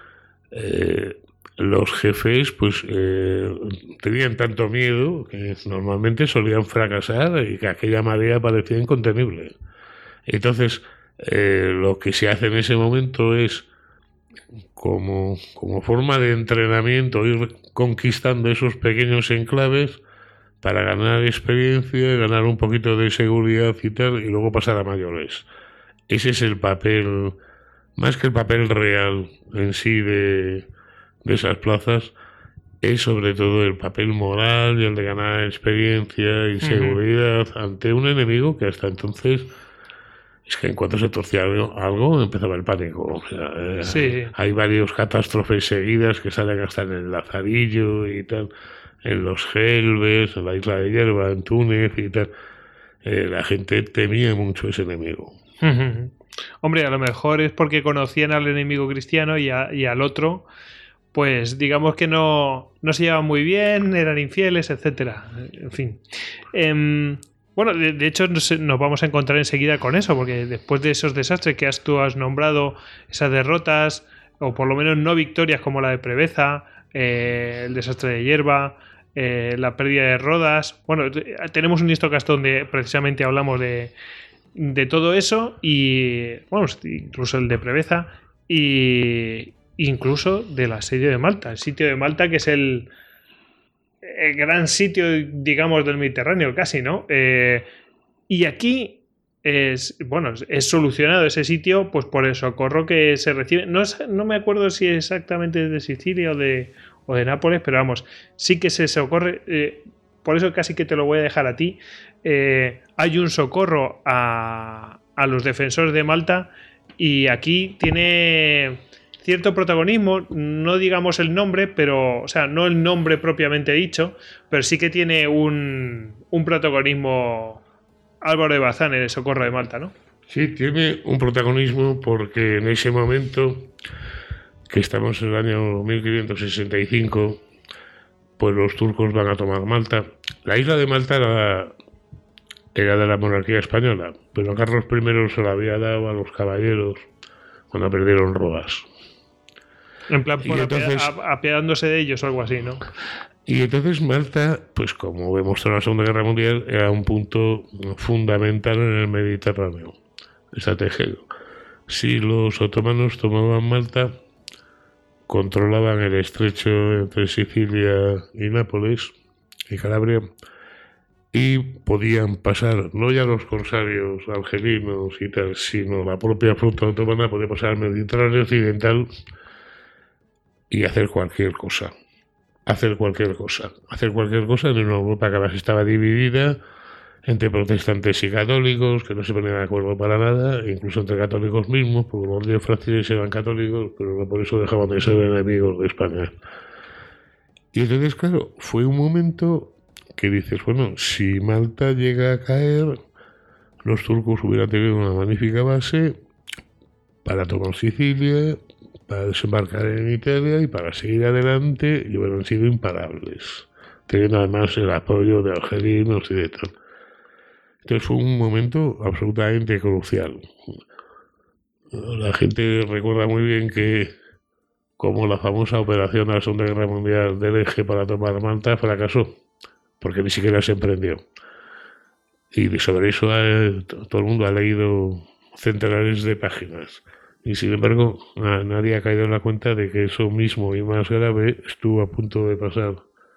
los jefes pues tenían tanto miedo que normalmente solían fracasar y que aquella marea parecía incontenible. Entonces lo que se hace en ese momento es, como forma de entrenamiento, ir conquistando esos pequeños enclaves para ganar experiencia, ganar un poquito de seguridad y tal, y luego pasar a mayores. Ese es el papel, más que el papel real en sí de esas plazas, es sobre todo el papel moral y el de ganar experiencia y seguridad ante un enemigo que hasta entonces es que en cuanto se torcía algo empezaba el pánico. O sea, sí. Hay varias catástrofes seguidas que salen hasta en el Lazarillo y tal, en los Gelbes, en la isla de Hierba, en Túnez y tal. La gente temía mucho ese enemigo. Hombre, a lo mejor es porque conocían al enemigo cristiano y al otro, pues digamos que no se llevaban muy bien, eran infieles, etcétera. En fin. Bueno, de hecho nos vamos a encontrar enseguida con eso, porque después de esos desastres que tú has nombrado, esas derrotas, o por lo menos no victorias como la de Preveza, el desastre de Hierba, la pérdida de Rodas. Bueno, tenemos un Histocast donde precisamente hablamos de todo eso y, bueno, incluso el de Preveza y incluso del asedio de Malta. El sitio de Malta, que es el gran sitio, digamos, del Mediterráneo casi, ¿no? Y aquí es solucionado ese sitio pues por el socorro que se recibe. No me acuerdo si exactamente de Sicilia o de Nápoles, pero vamos, sí que se socorre. Por eso casi que te lo voy a dejar a ti. Hay un socorro a los defensores de Malta y aquí tiene cierto protagonismo, no digamos el nombre, pero, o sea, no el nombre propiamente dicho, pero sí que tiene un protagonismo Álvaro de Bazán en el socorro de Malta, ¿no? Sí, tiene un protagonismo porque en ese momento, que estamos en el año 1565, pues los turcos van a tomar Malta. La isla de Malta era de la monarquía española, pero Carlos I se la había dado a los caballeros cuando perdieron Rodas. En plan, apiadándose de ellos o algo así, ¿no? Y entonces Malta, pues como demostró la Segunda Guerra Mundial, era un punto fundamental en el Mediterráneo, estratégico. Si los otomanos tomaban Malta, controlaban el estrecho entre Sicilia y Nápoles y Calabria, y podían pasar, no ya los corsarios argelinos y tal, sino la propia flota otomana podía pasar al Mediterráneo occidental y hacer cualquier cosa en una Europa que además estaba dividida entre protestantes y católicos, que no se ponían de acuerdo para nada, incluso entre católicos mismos, porque los reyes franceses eran católicos, pero no por eso dejaban de ser enemigos de España. Y entonces, claro, fue un momento que dices, bueno, si Malta llega a caer, los turcos hubieran tenido una magnífica base para tomar Sicilia, para desembarcar en Italia y para seguir adelante, y hubieran sido imparables, teniendo además el apoyo de argelinos y de tal. Entonces fue un momento absolutamente crucial. La gente recuerda muy bien que, como la famosa operación de la Segunda Guerra Mundial del Eje para tomar Malta fracasó, porque ni siquiera se emprendió. Y sobre eso todo el mundo ha leído centenares de páginas. Y sin embargo, nadie ha caído en la cuenta de que eso mismo y más grave estuvo a punto de pasar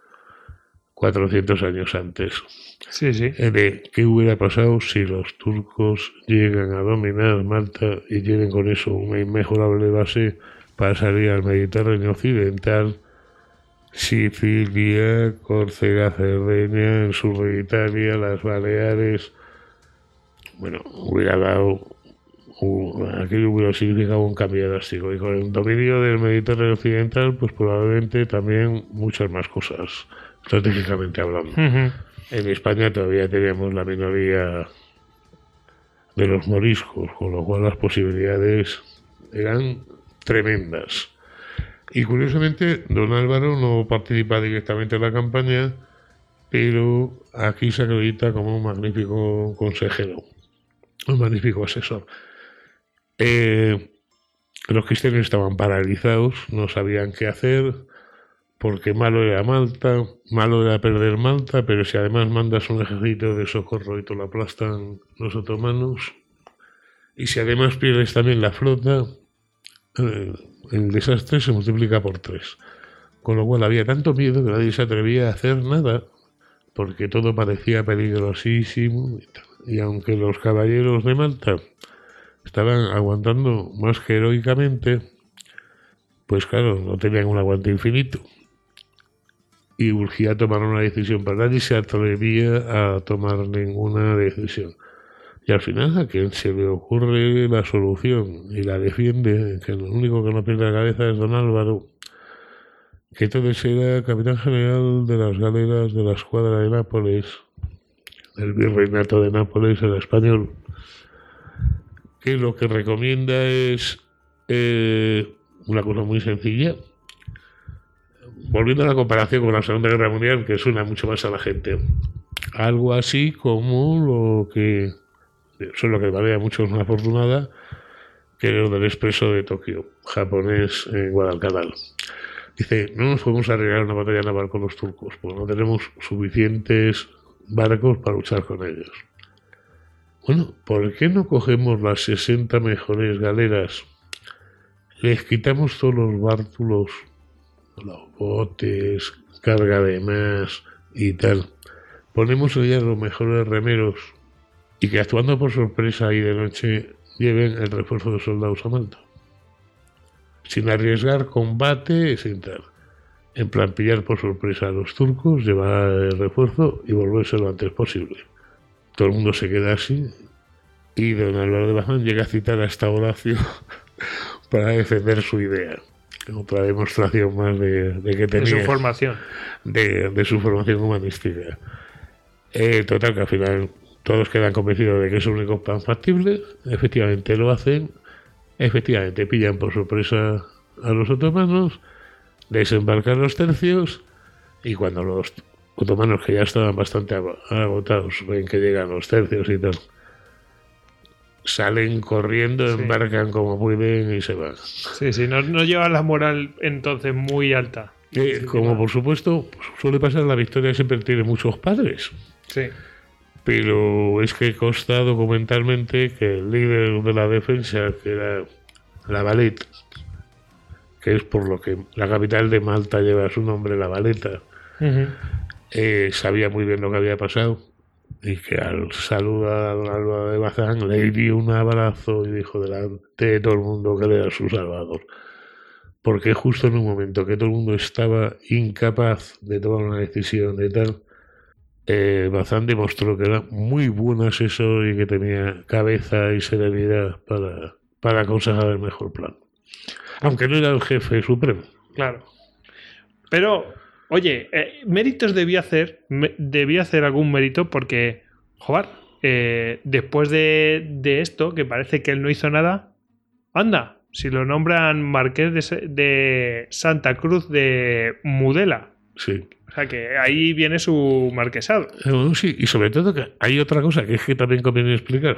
400 años antes. Sí, sí. De qué hubiera pasado si los turcos llegan a dominar Malta y tienen con eso una inmejorable base para salir al Mediterráneo occidental, Sicilia, Córcega, Cerdeña, el sur de Italia, las Baleares. Bueno, hubiera dado... aquello hubiera significado un cambio drástico, y con el dominio del Mediterráneo occidental pues probablemente también muchas más cosas, estratégicamente hablando. Uh-huh. En España todavía teníamos la minoría de los moriscos, con lo cual las posibilidades eran tremendas. Y curiosamente don Álvaro no participa directamente en la campaña, pero aquí se acredita como un magnífico consejero, un magnífico asesor. Los cristianos estaban paralizados, no sabían qué hacer, porque malo era Malta, malo era perder Malta, pero si además mandas un ejército de socorro y te lo aplastan los otomanos, y si además pierdes también la flota, el desastre se multiplica por 3. Con lo cual había tanto miedo que nadie se atrevía a hacer nada, porque todo parecía peligrosísimo, y aunque los caballeros de Malta estaban aguantando más que heroicamente, pues claro, no tenían un aguante infinito. Y urgía tomar una decisión, pero nadie se atrevía a tomar ninguna decisión. Y al final a quien se le ocurre la solución y la defiende, que lo único que no pierde la cabeza es don Álvaro, que entonces era capitán general de las galeras de la escuadra de Nápoles, del virreinato de Nápoles, el español, que lo que recomienda es una cosa muy sencilla. Volviendo a la comparación con la Segunda Guerra Mundial, que suena mucho más a la gente. Algo así como lo que vale a muchos una afortunada, que es lo del expreso de Tokio, japonés en Guadalcanal. Dice, no nos podemos arriesgar una batalla naval con los turcos, porque no tenemos suficientes barcos para luchar con ellos. Bueno, ¿por qué no cogemos las 60 mejores galeras? Les quitamos todos los bártulos, los botes, carga de más y tal. Ponemos allá los mejores remeros y que actuando por sorpresa y de noche lleven el refuerzo de soldados a Malta. Sin arriesgar combate, sin tal. En plan, pillar por sorpresa a los turcos, llevar el refuerzo y volverse lo antes posible. Todo el mundo se queda así y don Álvaro de Bazán llega a citar hasta Horacio para defender su idea. Otra demostración más de que tenía... De su formación. De su formación humanística. Total, que al final todos quedan convencidos de que es el único plan factible. Efectivamente lo hacen. Efectivamente pillan por sorpresa a los otomanos, desembarcan los tercios y cuando los otomanos, que ya estaban bastante agotados, ven que llegan los tercios y tal, salen corriendo, embarcan como pueden y se van. Sí, no lleva la moral entonces muy alta. Como por supuesto suele pasar, la victoria siempre tiene muchos padres. Sí. Pero es que consta documentalmente que el líder de la defensa, que era La Valette, que es por lo que la capital de Malta lleva su nombre, La Valeta, sabía muy bien lo que había pasado y que al saludar a don Álvaro de Bazán le dio un abrazo y dijo delante de todo el mundo que él era su salvador. Porque justo en un momento que todo el mundo estaba incapaz de tomar una decisión de tal, Bazán demostró que era muy buen asesor y que tenía cabeza y serenidad para aconsejar el mejor plan. Aunque no era el jefe supremo. Claro. Pero, oye, méritos debía hacer algún mérito porque, joder, después de esto, que parece que él no hizo nada, anda, si lo nombran marqués de Santa Cruz de Mudela. Sí. O sea que ahí viene su marquesado. Sí, y sobre todo que hay otra cosa que es que también conviene explicar.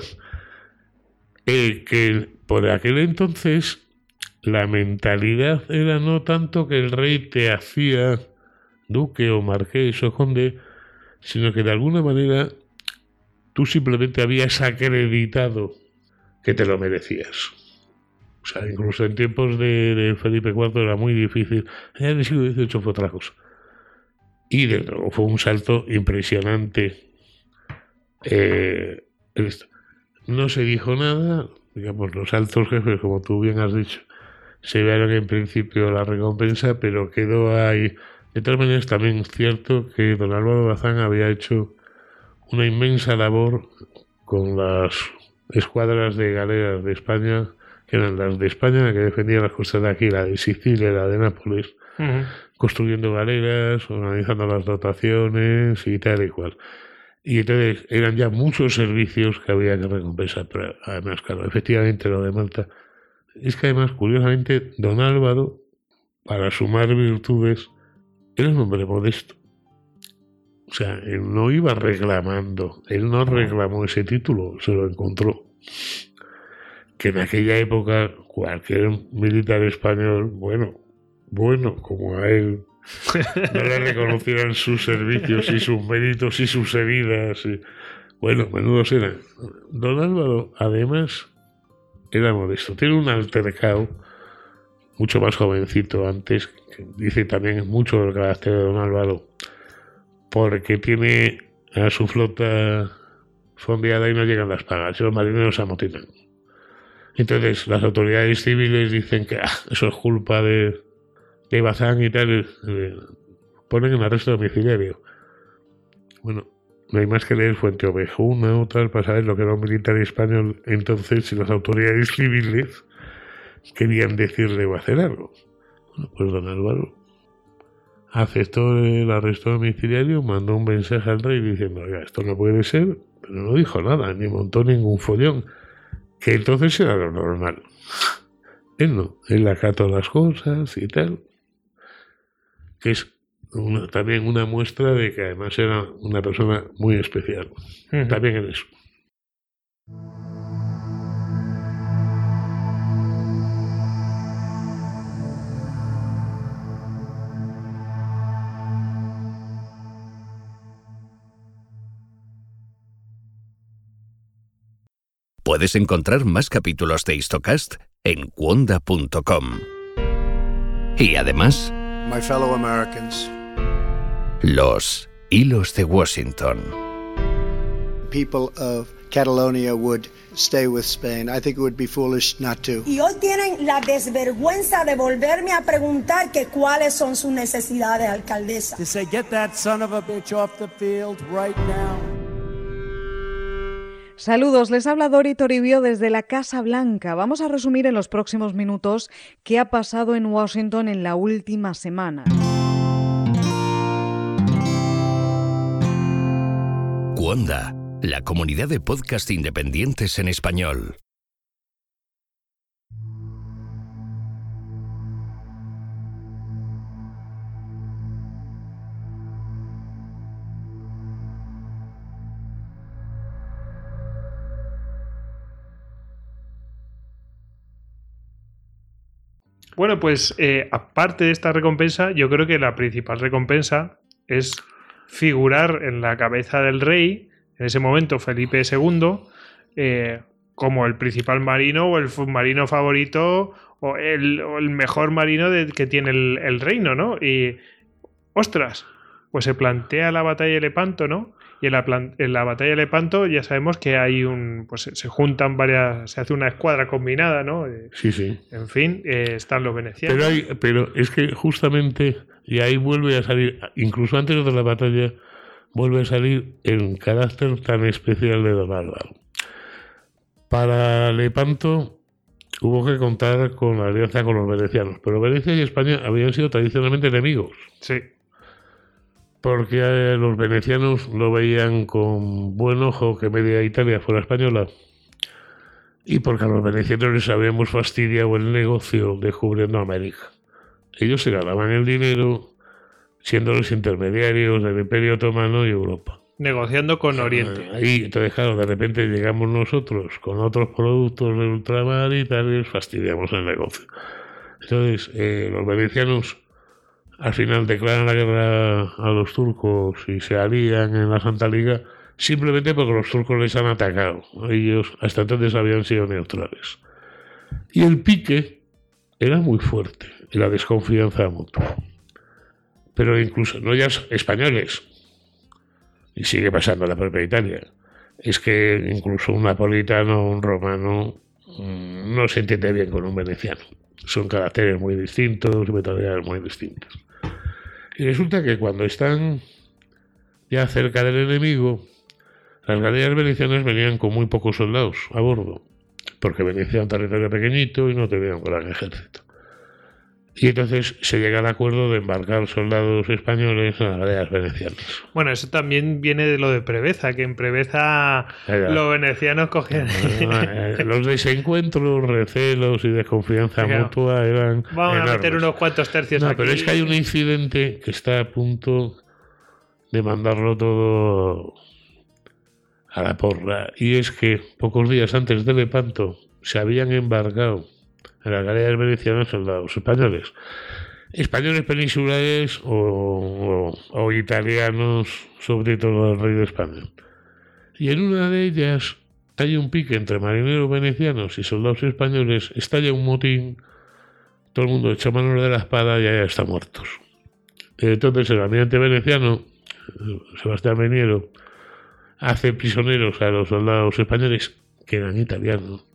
Que por aquel entonces la mentalidad era no tanto que el rey te hacía duque o marqués o conde, sino que de alguna manera tú simplemente habías acreditado que te lo merecías. O sea, incluso en tiempos de Felipe IV era muy difícil. En el siglo XVIII fue otra cosa. Y de nuevo fue un salto impresionante. No se dijo nada, digamos, los altos jefes, como tú bien has dicho, se vieron en principio la recompensa, pero quedó ahí. De todas maneras, también es cierto que don Álvaro Bazán había hecho una inmensa labor con las escuadras de galeras de España, que eran las de España, que defendían las costas de aquí, la de Sicilia, la de Nápoles, construyendo galeras, organizando las dotaciones y tal y cual. Y entonces eran ya muchos servicios que había que recompensar, pero además, claro, efectivamente lo de Malta. Es que además, curiosamente, don Álvaro, para sumar virtudes, era un hombre modesto. O sea, él no iba reclamando, él no reclamó ese título, se lo encontró. Que en aquella época cualquier militar español, bueno, como a él, no le reconocieran sus servicios y sus méritos y sus heridas. Bueno, menudos eran. Don Álvaro, además, era modesto. Tiene un altercado mucho más jovencito antes, que dice también mucho del carácter de don Álvaro, porque tiene a su flota fondeada y no llegan las pagas, y los marineros se amotinan. Entonces las autoridades civiles dicen que eso es culpa de Bazán y tal, ponen en arresto domiciliario. Bueno, no hay más que leer Fuente Ovejuna o tal para saber lo que era un militar español entonces, si las autoridades civiles querían decirle o hacer algo. Bueno, pues don Álvaro aceptó el arresto domiciliario, mandó un mensaje al rey diciendo, oiga, esto no puede ser, pero no dijo nada, ni montó ningún follón. que entonces era lo normal. Él no, él acató las cosas y tal, que es también una muestra de que además era una persona muy especial, también en eso. Puedes encontrar más capítulos de Histocast en cuonda.com. Y además, My fellow Americans, los hilos de Washington. people of Catalonia would stay with Spain. I think it would be foolish not to. Y hoy tienen la desvergüenza de volverme a preguntar que cuáles son sus necesidades, alcaldesa. To say, get that son of a bitch off the field right now. Saludos, les habla Dori Toribio desde la Casa Blanca. Vamos a resumir en los próximos minutos qué ha pasado en Washington en la última semana. Cuonda, la comunidad de podcast independientes en español. Bueno, pues aparte de esta recompensa, yo creo que la principal recompensa es figurar en la cabeza del rey, en ese momento Felipe II, como el principal marino o el submarino favorito o el mejor marino que tiene el reino, ¿no? Y, ostras, pues se plantea la batalla de Lepanto, ¿no? Y en la batalla de Lepanto ya sabemos que hay pues se juntan varias, se hace una escuadra combinada, ¿no? Sí, sí. En fin, están los venecianos. Pero es que justamente, y ahí vuelve a salir, incluso antes de la batalla, vuelve a salir el carácter tan especial de Don Álvaro. Para Lepanto hubo que contar con la alianza con los venecianos, pero Venecia y España habían sido tradicionalmente enemigos. Sí. Porque los venecianos lo veían con buen ojo que media Italia fuera española y porque a los venecianos les habíamos fastidiado el negocio descubriendo América. Ellos se ganaban el dinero siendo los intermediarios del Imperio Otomano y Europa. Negociando con Oriente. Ahí, entonces, claro, de repente llegamos nosotros con otros productos del ultramar y tal y les fastidiamos el negocio. Entonces, los venecianos al final declaran la guerra a los turcos y se alían en la Santa Liga simplemente porque los turcos les han atacado. Ellos hasta entonces habían sido neutrales. Y el pique era muy fuerte y la desconfianza mutua. Pero incluso, no ya españoles, y sigue pasando en la propia Italia, es que incluso un napolitano o un romano no se entiende bien con un veneciano. Son caracteres muy distintos y metodologías muy distintas. Y resulta que cuando están ya cerca del enemigo, las galeras venecianas venían con muy pocos soldados a bordo, porque Venecia era un territorio pequeñito y no tenía un gran ejército. Y entonces se llega al acuerdo de embarcar soldados españoles en las galeras venecianas. Bueno, eso también viene de lo de Preveza, que en Preveza los venecianos cogían... Los desencuentros, recelos y desconfianza mutua eran Vamos enormes. a meter unos cuantos tercios aquí. Pero es que hay un incidente que está a punto de mandarlo todo a la porra. Y es que pocos días antes de Lepanto se habían embarcado en las galeras venecianas soldados españoles. Españoles peninsulares o italianos, sobre todo el rey de España. Y en una de ellas hay un pique entre marineros venecianos y soldados españoles, estalla un motín, todo el mundo echa mano de la espada y ya están muertos. Entonces el almirante veneciano, Sebastián Veniero, hace prisioneros a los soldados españoles, que eran italianos,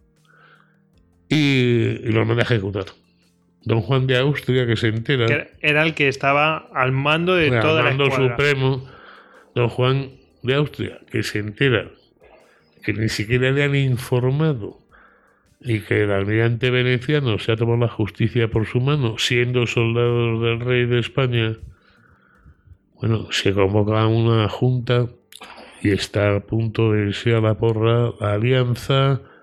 y los manda a ejecutar. Don Juan de Austria, que se entera... Que era el que estaba al mando de toda la escuadra. Al mando supremo, don Juan de Austria, que se entera que ni siquiera le han informado y que el almirante veneciano se ha tomado la justicia por su mano, siendo soldado del rey de España. Bueno, se convoca una junta y está a punto de irse a la porra la alianza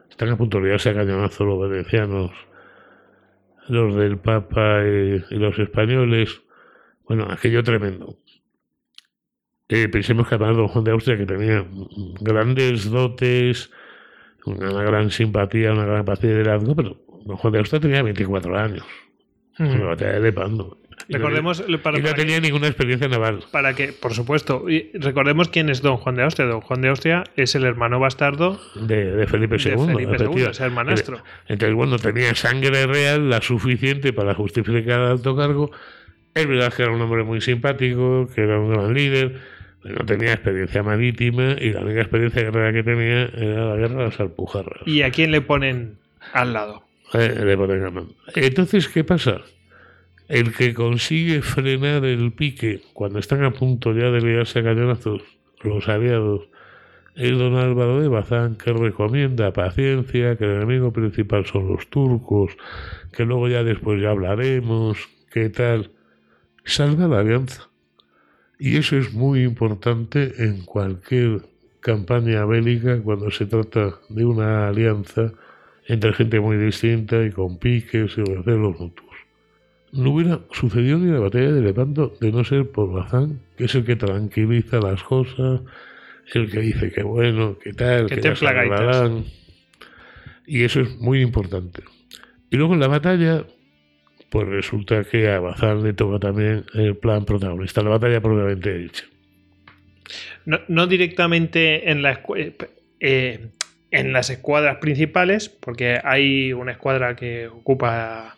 están a punto de liarse a cañonazo los venecianos, los del Papa y los españoles. Bueno, aquello tremendo. Pensemos que además don Juan de Austria, que tenía grandes dotes, una gran simpatía, una gran capacidad de liderazgo, pero don Juan de Austria tenía 24 años. En la batalla de Lepanto. Recordemos, y no tenía ninguna experiencia naval. Para que, por supuesto, y recordemos quién es don Juan de Austria. Don Juan de Austria es el hermano bastardo de Felipe II. De Felipe II, es el hermanastro. Entonces, bueno, tenía sangre real, la suficiente para justificar el alto cargo. Es verdad que era un hombre muy simpático, que era un gran líder, pero no tenía experiencia marítima y la única experiencia guerrera que tenía era la guerra de las Alpujarras. ¿Y a quién le ponen al lado? Le ponen al lado. Entonces, ¿qué pasa? El que consigue frenar el pique cuando están a punto ya de liarse a cañonazos, los aliados, es don Álvaro de Bazán, que recomienda paciencia, que el enemigo principal son los turcos, que luego ya después ya hablaremos, qué tal. Salva la alianza. Y eso es muy importante en cualquier campaña bélica cuando se trata de una alianza entre gente muy distinta y con piques y los mutuos. No hubiera sucedido ni la batalla de Lepanto de no ser por Bazán, que es el que tranquiliza las cosas, el que dice que bueno, que tal, que ya se arreglarán. Y eso es muy importante. Y luego en la batalla, pues resulta que a Bazán le toca también el plan protagonista, la batalla propiamente dicha. No directamente en las escuadras principales, porque hay una escuadra que ocupa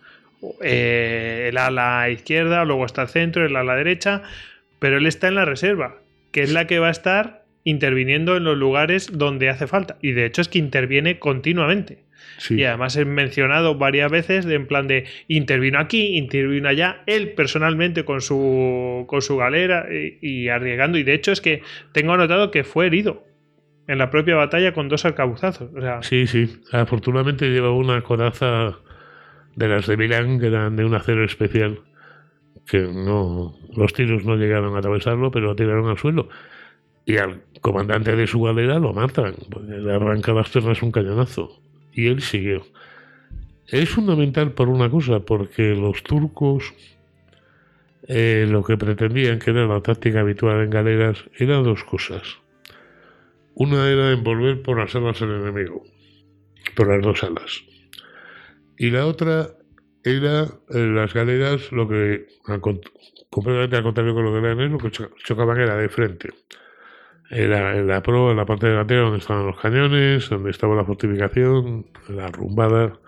el ala izquierda, luego está el centro, el ala derecha, pero él está en la reserva, que es la que va a estar interviniendo en los lugares donde hace falta, y de hecho es que interviene continuamente. Sí. Y además es mencionado varias veces en plan de intervino aquí, intervino allá, él personalmente con su galera y arriesgando, y de hecho es que tengo anotado que fue herido en la propia batalla con 2 arcabuzazos. O sea, sí, afortunadamente lleva una coraza de las de Milán, que eran de un acero especial, que los tiros no llegaron a atravesarlo, pero lo tiraron al suelo. Y al comandante de su galera lo matan, porque le arranca las piernas un cañonazo. Y él siguió. Es fundamental por una cosa, porque los turcos lo que pretendían, que era la táctica habitual en galeras, eran 2 cosas. Una era envolver por las alas al enemigo, por las 2 alas. Y la otra era las galeras, lo que completamente al contrario con los galeras, lo que chocaban era de frente. Era en la proa, en la parte delantera, donde estaban los cañones, donde estaba la fortificación, la arrumbada,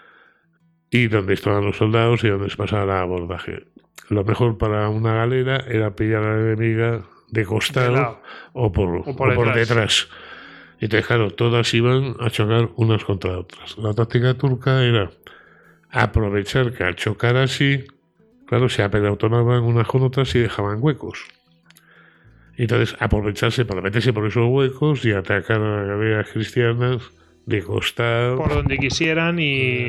y donde estaban los soldados y donde se pasaba el abordaje. Lo mejor para una galera era pillar a la enemiga de costado o por detrás. Y entonces, claro, todas iban a chocar unas contra otras. La táctica turca era aprovechar que al chocar así, claro, se apelotonaban unas con otras y dejaban huecos. Y entonces aprovecharse para meterse por esos huecos y atacar a las galeras cristianas de costado. Por donde quisieran y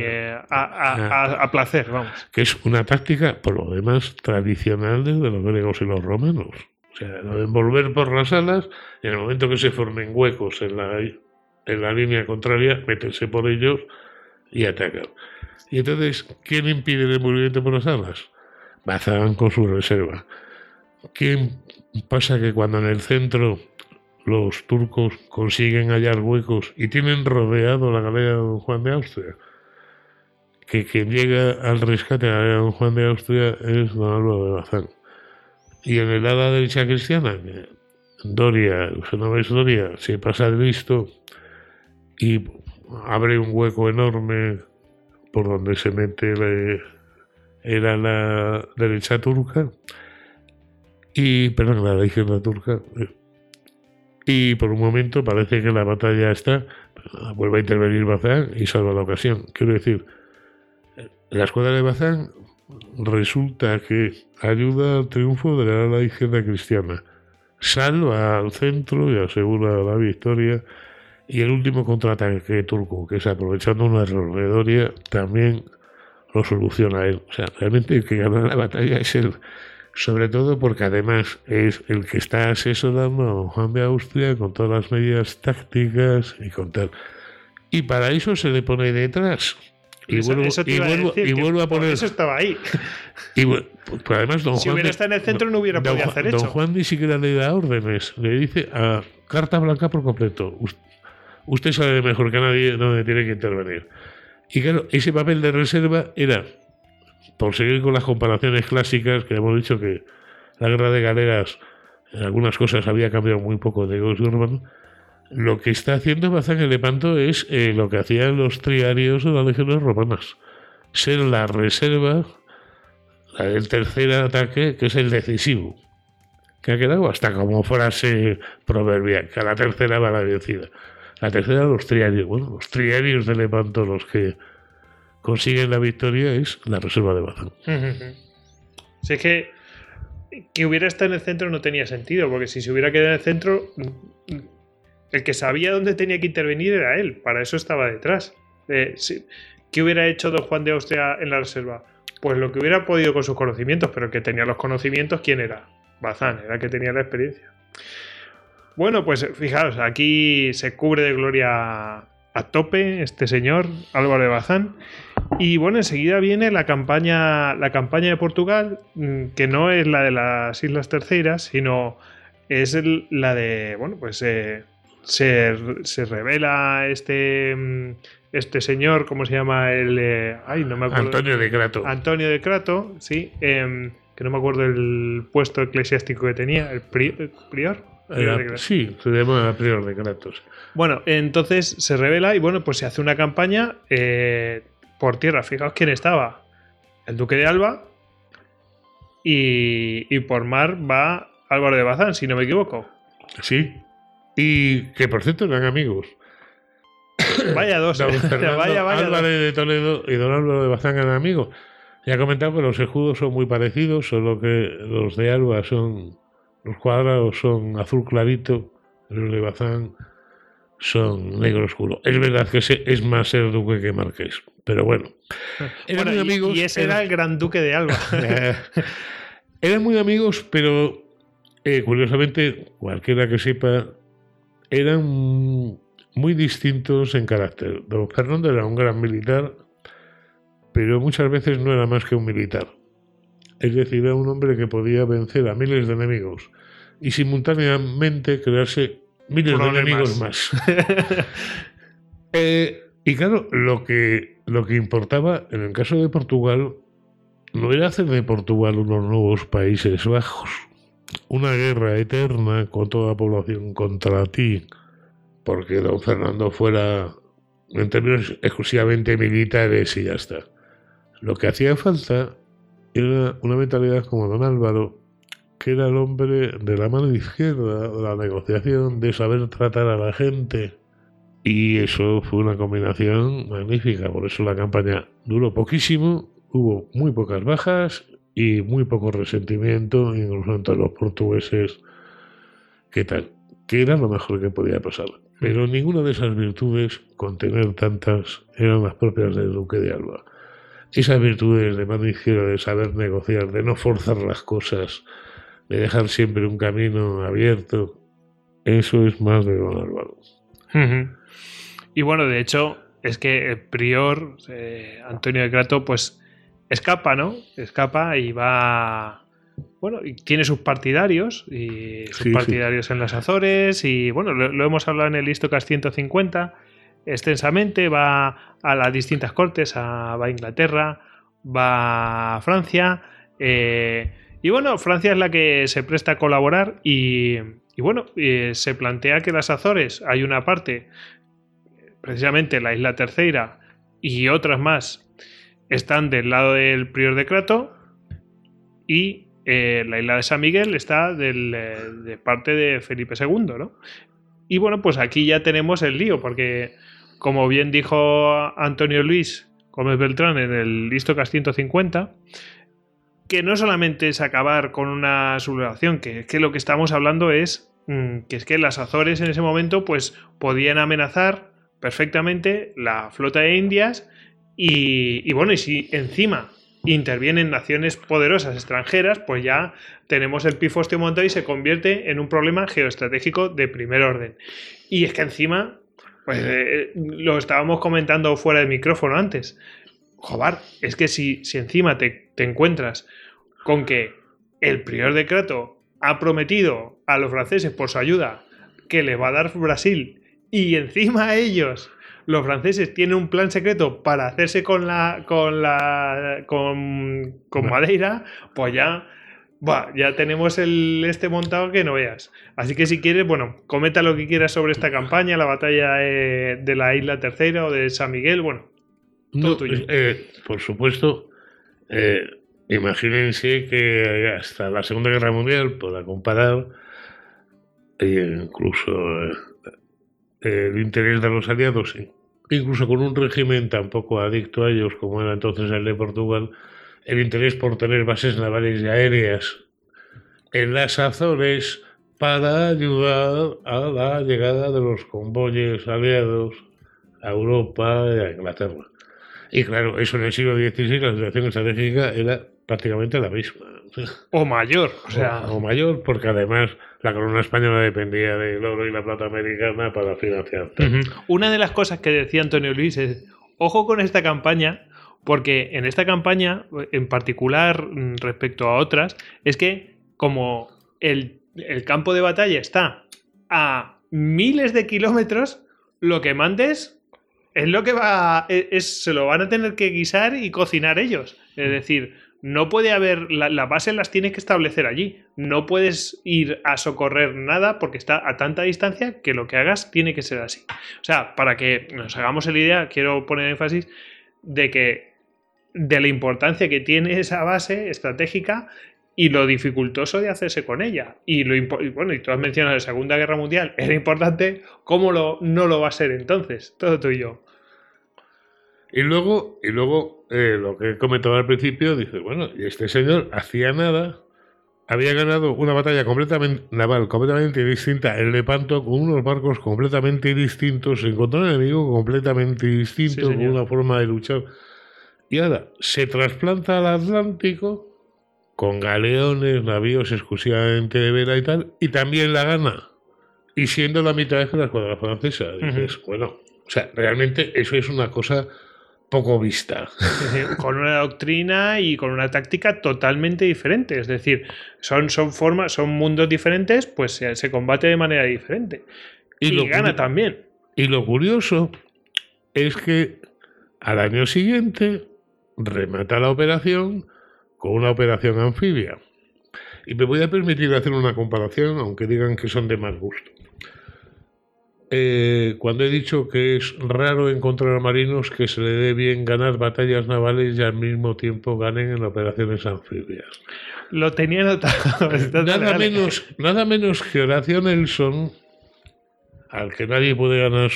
a placer, vamos. Que es una táctica, por lo demás, tradicional desde los griegos y los romanos. O sea, lo de envolver por las alas, y en el momento que se formen huecos en la línea contraria, meterse por ellos y atacar. Y entonces, ¿quién impide el movimiento por las alas? Bazán con su reserva. ¿Quién pasa que cuando en el centro los turcos consiguen hallar huecos y tienen rodeado la galera de don Juan de Austria? Que quien llega al rescate de la galera de don Juan de Austria es don Álvaro de Bazán. Y en el ala derecha cristiana, Doria, el genovés Doria, se pasa de listo y abre un hueco enorme por donde se mete el ala derecha turca, la izquierda turca, y por un momento parece que la batalla está, vuelve a intervenir Bazán y salva la ocasión. Quiero decir, la escuadra de Bazán resulta que ayuda al triunfo de la ala izquierda cristiana, salva al centro y asegura la victoria, y el último contraataque turco, que es aprovechando un error de Doria, también lo soluciona él. O sea, realmente el que gana la batalla es él, sobre todo porque además es el que está asesorando a don Juan de Austria con todas las medidas tácticas y con tal. y para eso se le pone detrás. Y vuelvo a poner. Eso estaba ahí. Y pues además, don Juan. Si hubiera estado en el centro, no hubiera podido hacer eso. Don Juan ni siquiera le da órdenes. Le dice a carta blanca por completo. Usted sabe mejor que nadie dónde tiene que intervenir. Y claro, ese papel de reserva era, por seguir con las comparaciones clásicas, que hemos dicho que la guerra de galeras, en algunas cosas había cambiado muy poco de Gauss Norman. Lo que está haciendo Bazán en Lepanto es lo que hacían los triarios de las legiones romanas. Ser la reserva, la del tercer ataque, que es el decisivo. Que ha quedado hasta como frase proverbial, que a la tercera va la vencida. La tercera, los triarios. Bueno, los triarios de Lepanto, los que consiguen la victoria, es la reserva de Bazán. Si es que hubiera estado en el centro no tenía sentido, porque si se hubiera quedado en el centro, el que sabía dónde tenía que intervenir era él, para eso estaba detrás. ¿Qué hubiera hecho don Juan de Austria en la reserva? Pues lo que hubiera podido con sus conocimientos, pero el que tenía los conocimientos, ¿quién era? Bazán, era el que tenía la experiencia. Bueno, pues fijaos, aquí se cubre de gloria a tope este señor, Álvaro de Bazán. Y bueno, enseguida viene la campaña de Portugal, que no es la de las Islas Terceiras, sino es la de, bueno, pues se revela este señor, ¿cómo se llama? No me acuerdo. Antonio de Crato. Antonio de Crato, sí, que no me acuerdo el puesto eclesiástico que tenía, el prior. Sí, se llama prior de Kratos. Bueno, entonces se revela y bueno, pues se hace una campaña por tierra. Fijaos quién estaba. El duque de Alba y por mar va Álvaro de Bazán, si no me equivoco. Sí. Y que por cierto eran amigos. Vaya dos. Don Fernando Álvarez de Toledo y don Álvaro de Bazán eran amigos. Ya he comentado que los escudos son muy parecidos, solo que los de Alba los cuadrados son azul clarito, los de Bazán son negro oscuro. Es verdad que es más ser duque que marqués, pero bueno. Eran muy amigos. Y ese era el gran duque de Alba. Eran muy amigos, pero curiosamente, cualquiera que sepa, eran muy distintos en carácter. Don Fernando era un gran militar, pero muchas veces no era más que un militar. Es decir, era un hombre que podía vencer a miles de enemigos y simultáneamente crearse miles de enemigos más. Y claro, lo que importaba en el caso de Portugal no era hacer de Portugal unos nuevos Países Bajos, una guerra eterna con toda la población contra ti, porque don Fernando fuera en términos exclusivamente militares y ya está. Lo que hacía falta era una mentalidad como don Álvaro, que era el hombre de la mano izquierda, de la negociación, de saber tratar a la gente. Y eso fue una combinación magnífica. Por eso la campaña duró poquísimo, hubo muy pocas bajas y muy poco resentimiento, incluso entre los portugueses, que era lo mejor que podía pasar. Pero ninguna de esas virtudes, con tener tantas, eran las propias del duque de Alba. Esas virtudes de mano izquierda, de saber negociar, de no forzar las cosas, de dejar siempre un camino abierto, eso es más de don Álvaro. Y bueno, de hecho, es que el prior, Antonio de Crato, pues escapa, ¿no? Escapa y va... Bueno, y tiene sus partidarios, en las Azores, y bueno, lo hemos hablado en el Histocast 150 extensamente, va a las distintas cortes, va a Inglaterra, va a Francia, y bueno, Francia es la que se presta a colaborar y bueno, se plantea que las Azores hay una parte, precisamente la isla Terceira y otras más, están del lado del prior de Crato y la isla de San Miguel está de parte de Felipe II, ¿no? Y bueno, pues aquí ya tenemos el lío, porque como bien dijo Antonio Luis Gómez Beltrán en el Histocast 150, que no solamente es acabar con una sublevación, que lo que estamos hablando es que es que las Azores en ese momento pues podían amenazar perfectamente la flota de Indias y bueno, y si encima intervienen naciones poderosas extranjeras, pues ya tenemos el pifostio montado y se convierte en un problema geoestratégico de primer orden. Y es que encima Pues lo estábamos comentando fuera de micrófono antes. Joder, es que si encima te encuentras con que el prior de Crato ha prometido a los franceses por su ayuda que les va a dar Brasil y encima a ellos, los franceses, tienen un plan secreto para hacerse con Madeira, pues ya tenemos este montado que no veas. Así que si quieres, bueno, comenta lo que quieras sobre esta campaña, la batalla de la Isla Tercera o de San Miguel, bueno, todo tuyo. Por supuesto, imagínense que hasta la Segunda Guerra Mundial, por comparar, incluso el interés de los aliados, incluso con un régimen tan poco adicto a ellos como era entonces el de Portugal, el interés por tener bases navales y aéreas en las Azores para ayudar a la llegada de los convoyes aliados a Europa y a Inglaterra. Y claro, eso en el siglo XVI la situación estratégica era prácticamente la misma. O mayor. O mayor, porque además la corona española dependía del oro y la plata americana para financiar. Una de las cosas que decía Antonio Luis es, ojo con esta campaña, porque en esta campaña, en particular respecto a otras, es que como el campo de batalla está a miles de kilómetros, lo que mandes es lo que se lo van a tener que guisar y cocinar ellos. Es decir, no puede haber, las bases las tienes que establecer allí. No puedes ir a socorrer nada porque está a tanta distancia que lo que hagas tiene que ser así. O sea, para que nos hagamos la idea, quiero poner énfasis de la importancia que tiene esa base estratégica y lo dificultoso de hacerse con ella. Y tú has mencionado la Segunda Guerra Mundial, era importante, ¿cómo no lo va a ser entonces? Todo tuyo. Y luego lo que he comentado al principio, dice, bueno, y este señor hacía nada, había ganado una batalla naval completamente distinta en Lepanto, con unos barcos completamente distintos, encontró un enemigo completamente distinto, con una forma de luchar. Y ahora se trasplanta al Atlántico con galeones, navíos exclusivamente de vela y tal, y también la gana. Y siendo la mitad de la escuadra francesa. Dices, bueno, o sea, realmente eso es una cosa poco vista. Con una doctrina y con una táctica totalmente diferente. Es decir, son mundos diferentes, pues se combate de manera diferente. Y gana también. Y lo curioso es que al año siguiente remata la operación con una operación anfibia. Y me voy a permitir hacer una comparación, aunque digan que son de mal gusto. Cuando he dicho que es raro encontrar a marinos que se le dé bien ganar batallas navales y al mismo tiempo ganen en operaciones anfibias. Lo tenía notado. Nada menos que Horatio Nelson, al que nadie puede dudar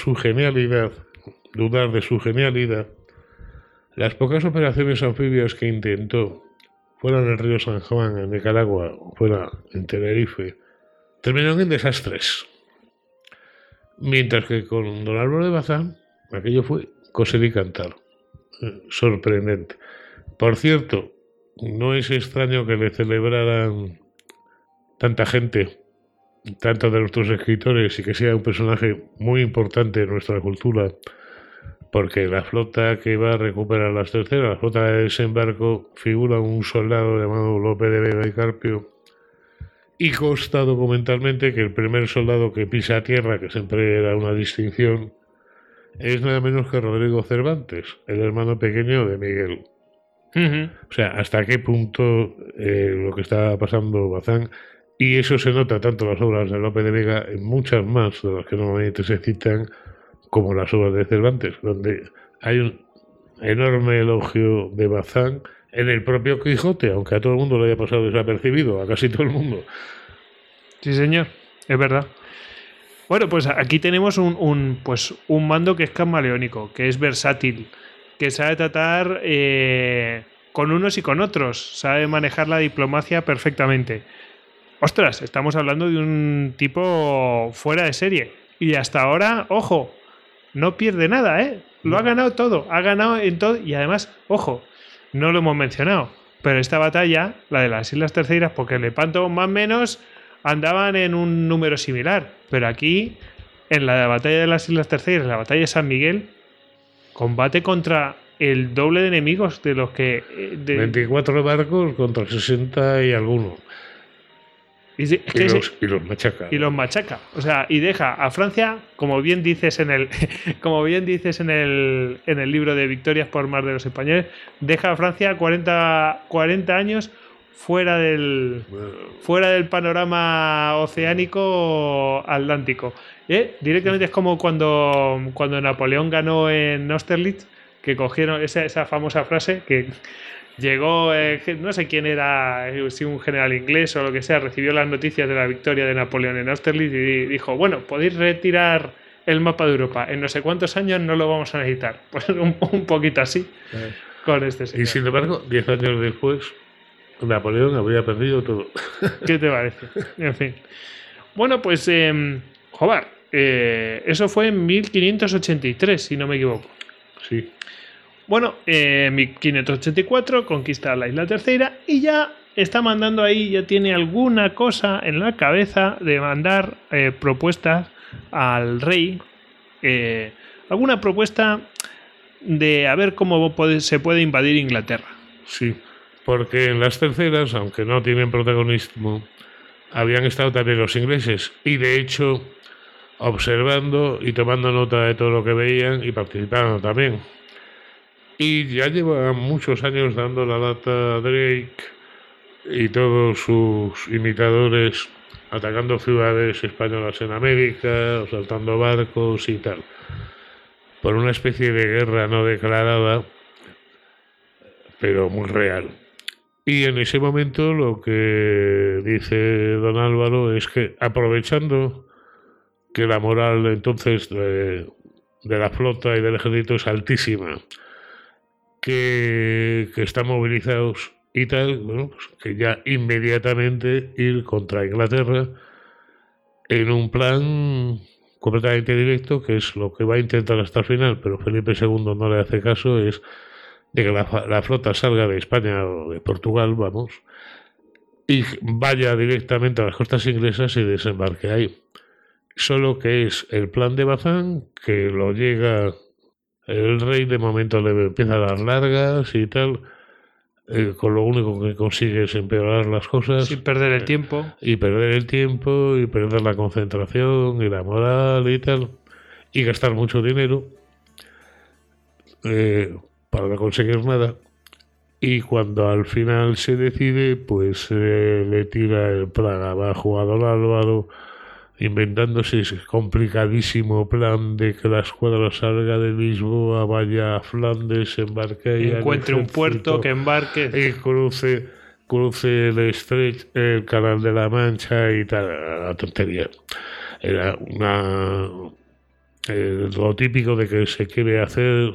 de su genialidad, las pocas operaciones anfibias que intentó, fuera en el río San Juan, en Nicaragua, o fuera en Tenerife, terminaron en desastres. Mientras que con don Álvaro de Bazán, aquello fue coser y cantar. Sorprendente. Por cierto, no es extraño que le celebraran tanta gente, tantos de nuestros escritores, y que sea un personaje muy importante en nuestra cultura, porque la flota que va a recuperar las terceras, la flota de desembarco, figura un soldado llamado Lope de Vega y Carpio, y consta documentalmente que el primer soldado que pisa a tierra, que siempre era una distinción, es nada menos que Rodrigo Cervantes, el hermano pequeño de Miguel. O sea, hasta qué punto lo que está pasando Bazán, y eso se nota tanto en las obras de Lope de Vega, en muchas más de las que normalmente se citan, como las obras de Cervantes, donde hay un enorme elogio de Bazán en el propio Quijote, aunque a todo el mundo le haya pasado desapercibido, a casi todo el mundo. Sí, señor, es verdad. Bueno, pues aquí tenemos un mando que es camaleónico, que es versátil, que sabe tratar con unos y con otros, sabe manejar la diplomacia perfectamente. Ostras, estamos hablando de un tipo fuera de serie. Y hasta ahora, ojo, no pierde nada, ¿eh? Lo ha ganado todo, ha ganado en todo. Y además, ojo, no lo hemos mencionado, pero esta batalla, la de las Islas Terceiras, porque Lepanto más o menos andaban en un número similar, pero aquí en la batalla de las Islas Terceras, en la batalla de San Miguel, combate contra el doble de enemigos de los que... 24 barcos contra 60 y algunos. Y los machaca. Y los machaca. O sea, y deja a Francia, como bien dices en el libro de Victorias por mar de los españoles, deja a Francia 40 años fuera del panorama oceánico atlántico. Directamente es como cuando Napoleón ganó en Austerlitz, que cogieron esa famosa frase que llegó, no sé quién era, si un general inglés o lo que sea, recibió las noticias de la victoria de Napoleón en Austerlitz y dijo, bueno, podéis retirar el mapa de Europa, en no sé cuántos años no lo vamos a necesitar. Pues un poquito así con este señor. Y sin embargo, 10 años después, Napoleón habría perdido todo. ¿Qué te parece? En fin. Bueno, pues, Jobar, eso fue en 1583, si no me equivoco. Sí. Bueno, 1584 conquista la Isla Tercera y ya está mandando ahí, ya tiene alguna cosa en la cabeza de mandar propuestas al rey, alguna propuesta de a ver cómo se puede invadir Inglaterra. Sí, porque en las terceras, aunque no tienen protagonismo, habían estado también los ingleses y de hecho observando y tomando nota de todo lo que veían y participando también. Y ya lleva muchos años dando la lata a Drake y todos sus imitadores atacando ciudades españolas en América, asaltando barcos y tal. Por una especie de guerra no declarada, pero muy real. Y en ese momento lo que dice don Álvaro es que aprovechando que la moral entonces de la flota y del ejército es altísima, que están movilizados y tal, bueno, pues que ya inmediatamente ir contra Inglaterra en un plan completamente directo, que es lo que va a intentar hasta el final, pero Felipe II no le hace caso, es de que la flota salga de España o de Portugal, vamos, y vaya directamente a las costas inglesas y desembarque ahí. Solo que es el plan de Bazán, que lo llega... El rey de momento le empieza a dar largas y tal, con lo único que consigue es empeorar las cosas. Sin perder el tiempo. Y perder el tiempo, y perder la concentración, y la moral y tal, y gastar mucho dinero para no conseguir nada. Y cuando al final se decide, pues le tira el plan abajo a don Álvaro, inventándose ese complicadísimo plan de que la escuadra salga de Lisboa, vaya a Flandes, embarque y encuentre un puerto, que embarque y cruce el estrecho, el Canal de la Mancha y tal. La tontería. Era lo típico de que se quiere hacer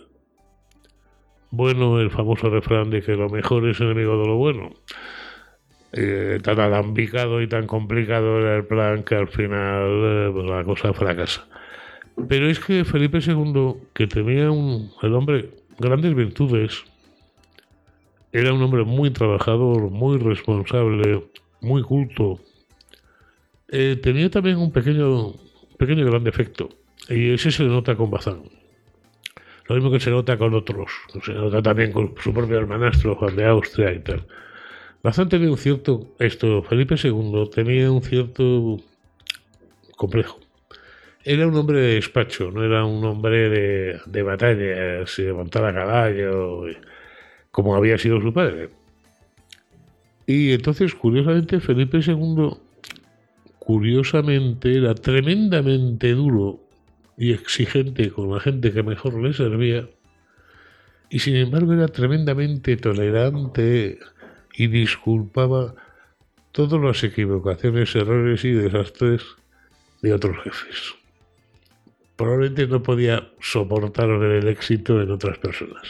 bueno, el famoso refrán de que lo mejor es enemigo de lo bueno. Tan alambicado y tan complicado era el plan que al final la cosa fracasa. Pero es que Felipe II, que tenía el hombre grandes virtudes, era un hombre muy trabajador, muy responsable, muy culto. Tenía también un pequeño gran defecto, y ese se nota con Bazán. Lo mismo que se nota con otros, se nota también con su propio hermanastro Juan de Austria y tal. Bazán tenía Felipe II tenía un cierto complejo. Era un hombre de despacho, no era un hombre de batallas y de montar a caballo, como había sido su padre. Y entonces, curiosamente, Felipe II, era tremendamente duro y exigente con la gente que mejor le servía, y sin embargo era tremendamente tolerante y disculpaba todas las equivocaciones, errores y desastres de otros jefes. Probablemente no podía soportar el éxito en otras personas.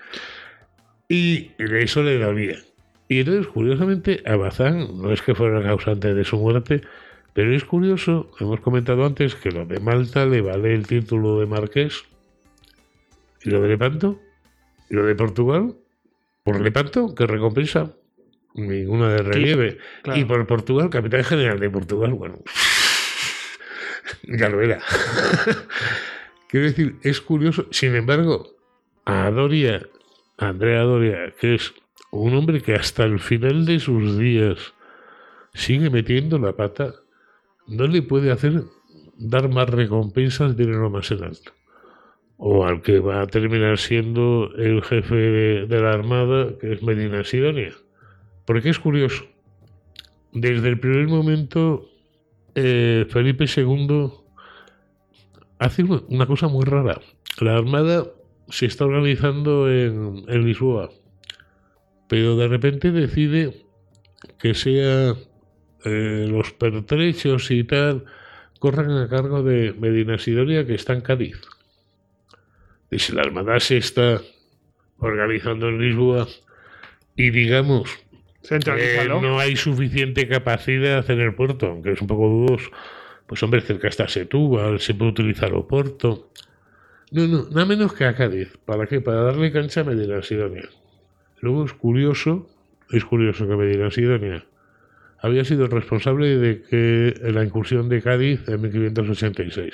Y eso le dolía. Y entonces, curiosamente, a Bazán, no es que fuera el causante de su muerte, pero es curioso, hemos comentado antes, que lo de Malta le vale el título de marqués, y lo de Lepanto, y lo de Portugal, por Lepanto, ¿qué recompensa? Ninguna de relieve. Claro. Y por Portugal, capitán general de Portugal, bueno. Ya lo era. Quiero decir, es curioso. Sin embargo, Andrea Doria, que es un hombre que hasta el final de sus días sigue metiendo la pata, no le puede hacer dar más recompensas, dinero más en alto. O al que va a terminar siendo el jefe de la Armada, que es Medina Sidonia. Porque es curioso. Desde el primer momento, Felipe II hace una cosa muy rara. La Armada se está organizando en Lisboa, pero de repente decide que sea los pertrechos y tal corran a cargo de Medina Sidonia, que está en Cádiz. Y si la Armada se está organizando en Lisboa y digamos no hay suficiente capacidad en el puerto, aunque es un poco dudoso, pues hombre, cerca está Setúbal, se puede utilizar Oporto. No, nada menos que a Cádiz. ¿Para qué? Para darle cancha a Medina Sidonia. Luego es curioso que Medina Sidonia había sido el responsable de que la incursión de Cádiz en 1586.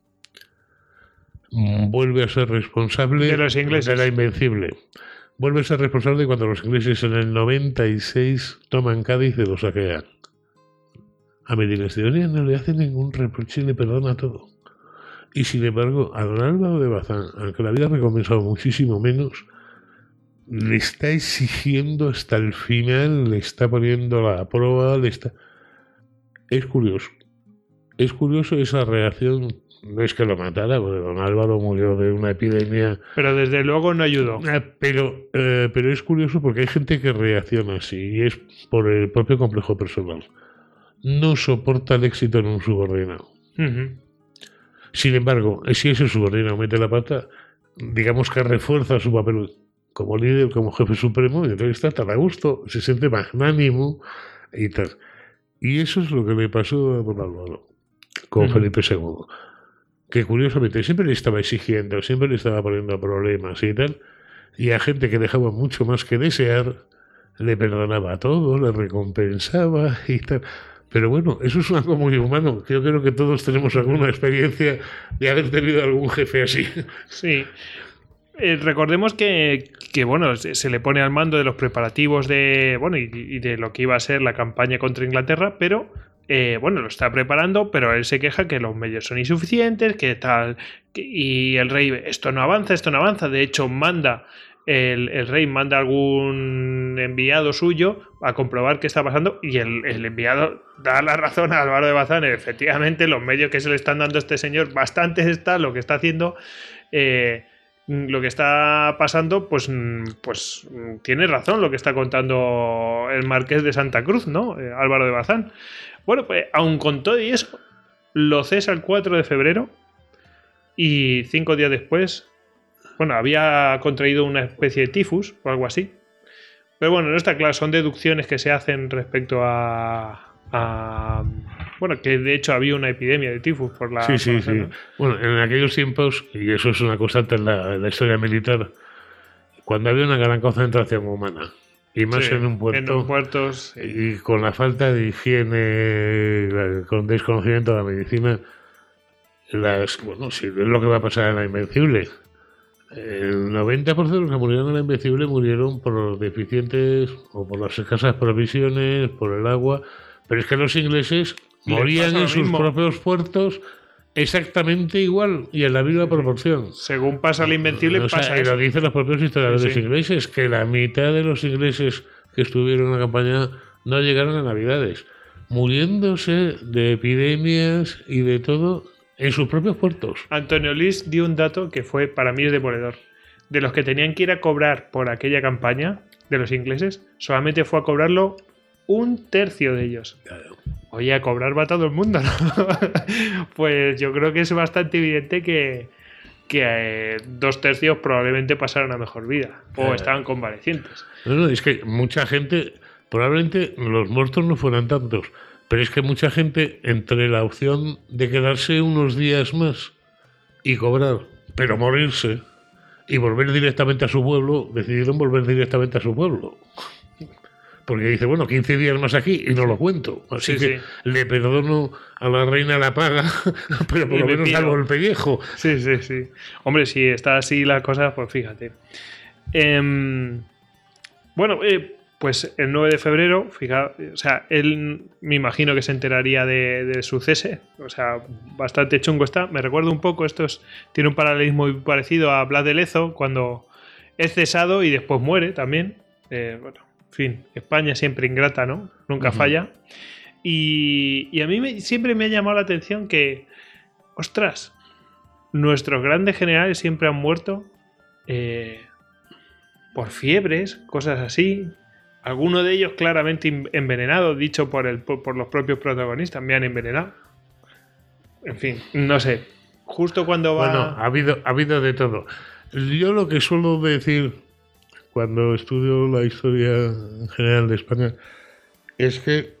Vuelve a ser responsable de los ingleses, de la Invencible. Vuelve a ser responsable cuando los ingleses en el 96 toman Cádiz y lo saquean. A Medina Sidonia no le hace ningún reproche y le perdona todo. Y sin embargo, a don Álvaro de Bazán, al que le había recompensado muchísimo menos, le está exigiendo hasta el final, le está poniendo la prueba, Es curioso. Es curioso esa reacción. No es que lo matara, porque don Álvaro murió de una epidemia. Pero desde luego no ayudó. Pero es curioso porque hay gente que reacciona así, y es por el propio complejo personal. No soporta el éxito en un subordinado. Uh-huh. Sin embargo, si ese subordinado mete la pata, digamos que refuerza su papel como líder, como jefe supremo, y entonces está tan a gusto, se siente magnánimo y tal. Y eso es lo que le pasó a don Álvaro con Felipe II. Que curiosamente siempre le estaba exigiendo, siempre le estaba poniendo problemas y tal, y a gente que dejaba mucho más que desear, le perdonaba todo, le recompensaba y tal. Pero bueno, eso es algo muy humano. Yo creo que todos tenemos alguna experiencia de haber tenido algún jefe así. Sí. Recordemos que bueno, se le pone al mando de los preparativos de y de lo que iba a ser la campaña contra Inglaterra, pero lo está preparando, pero él se queja que los medios son insuficientes, que tal, y el rey, esto no avanza. De hecho, el rey manda algún enviado suyo a comprobar qué está pasando, y el enviado da la razón a Álvaro de Bazán. Efectivamente, los medios que se le están dando a este señor, bastante está lo que está haciendo, lo que está pasando, pues tiene razón lo que está contando el marqués de Santa Cruz, ¿no? Álvaro de Bazán. Bueno, pues aun con todo y eso, lo cesa el 4 de febrero y 5 días después, había contraído una especie de tifus o algo así. Pero bueno, no está claro, son deducciones que se hacen respecto que de hecho había una epidemia de tifus por la... Sí. ¿no? Bueno, en aquellos tiempos, y eso es una constante en la historia militar, cuando había una gran concentración humana, y más en un puerto, y con la falta de higiene, con desconocimiento de la medicina, es lo que va a pasar en la Invencible. El 90% de los que murieron en la Invencible murieron por los deficientes o por las escasas provisiones, por el agua. Pero es que los ingleses morían en sus propios puertos exactamente igual y en la misma proporción. Según pasa la Invencible, pasa eso. Y lo dicen los propios historiadores ingleses, que la mitad de los ingleses que estuvieron en la campaña no llegaron a Navidades, muriéndose de epidemias y de todo en sus propios puertos. Antonio Lis dio un dato que fue, para mí, es demoledor. De los que tenían que ir a cobrar por aquella campaña, de los ingleses, solamente fue a cobrarlo 1/3 de ellos. Claro. Oye, a cobrar va todo el mundo, ¿no? Pues yo creo que es bastante evidente que 2/3 probablemente pasaron a mejor vida o estaban convalecientes. No, es que mucha gente, probablemente los muertos no fueran tantos, pero es que mucha gente, entre la opción de quedarse unos días más y cobrar, pero morirse, y volver directamente a su pueblo, decidieron volver directamente a su pueblo. porque dice, bueno, 15 días más aquí y no lo cuento. Así que le perdono a la reina la paga, pero por lo menos salvo el pellejo. Sí. Hombre, si está así la cosa, pues fíjate. Pues el 9 de febrero, fíjate, o sea, él me imagino que se enteraría de su cese. O sea, bastante chungo está. Me recuerda un poco, tiene un paralelismo muy parecido a Blas de Lezo, cuando es cesado y después muere también. En fin, España siempre ingrata, ¿no? Nunca falla. Y a mí siempre me ha llamado la atención que, ostras, nuestros grandes generales siempre han muerto por fiebres, cosas así. Algunos de ellos claramente envenenados, dicho por los propios protagonistas, me han envenenado. En fin, no sé. Justo cuando va... Bueno, ha habido de todo. Yo lo que suelo decir cuando estudio la historia en general de España es que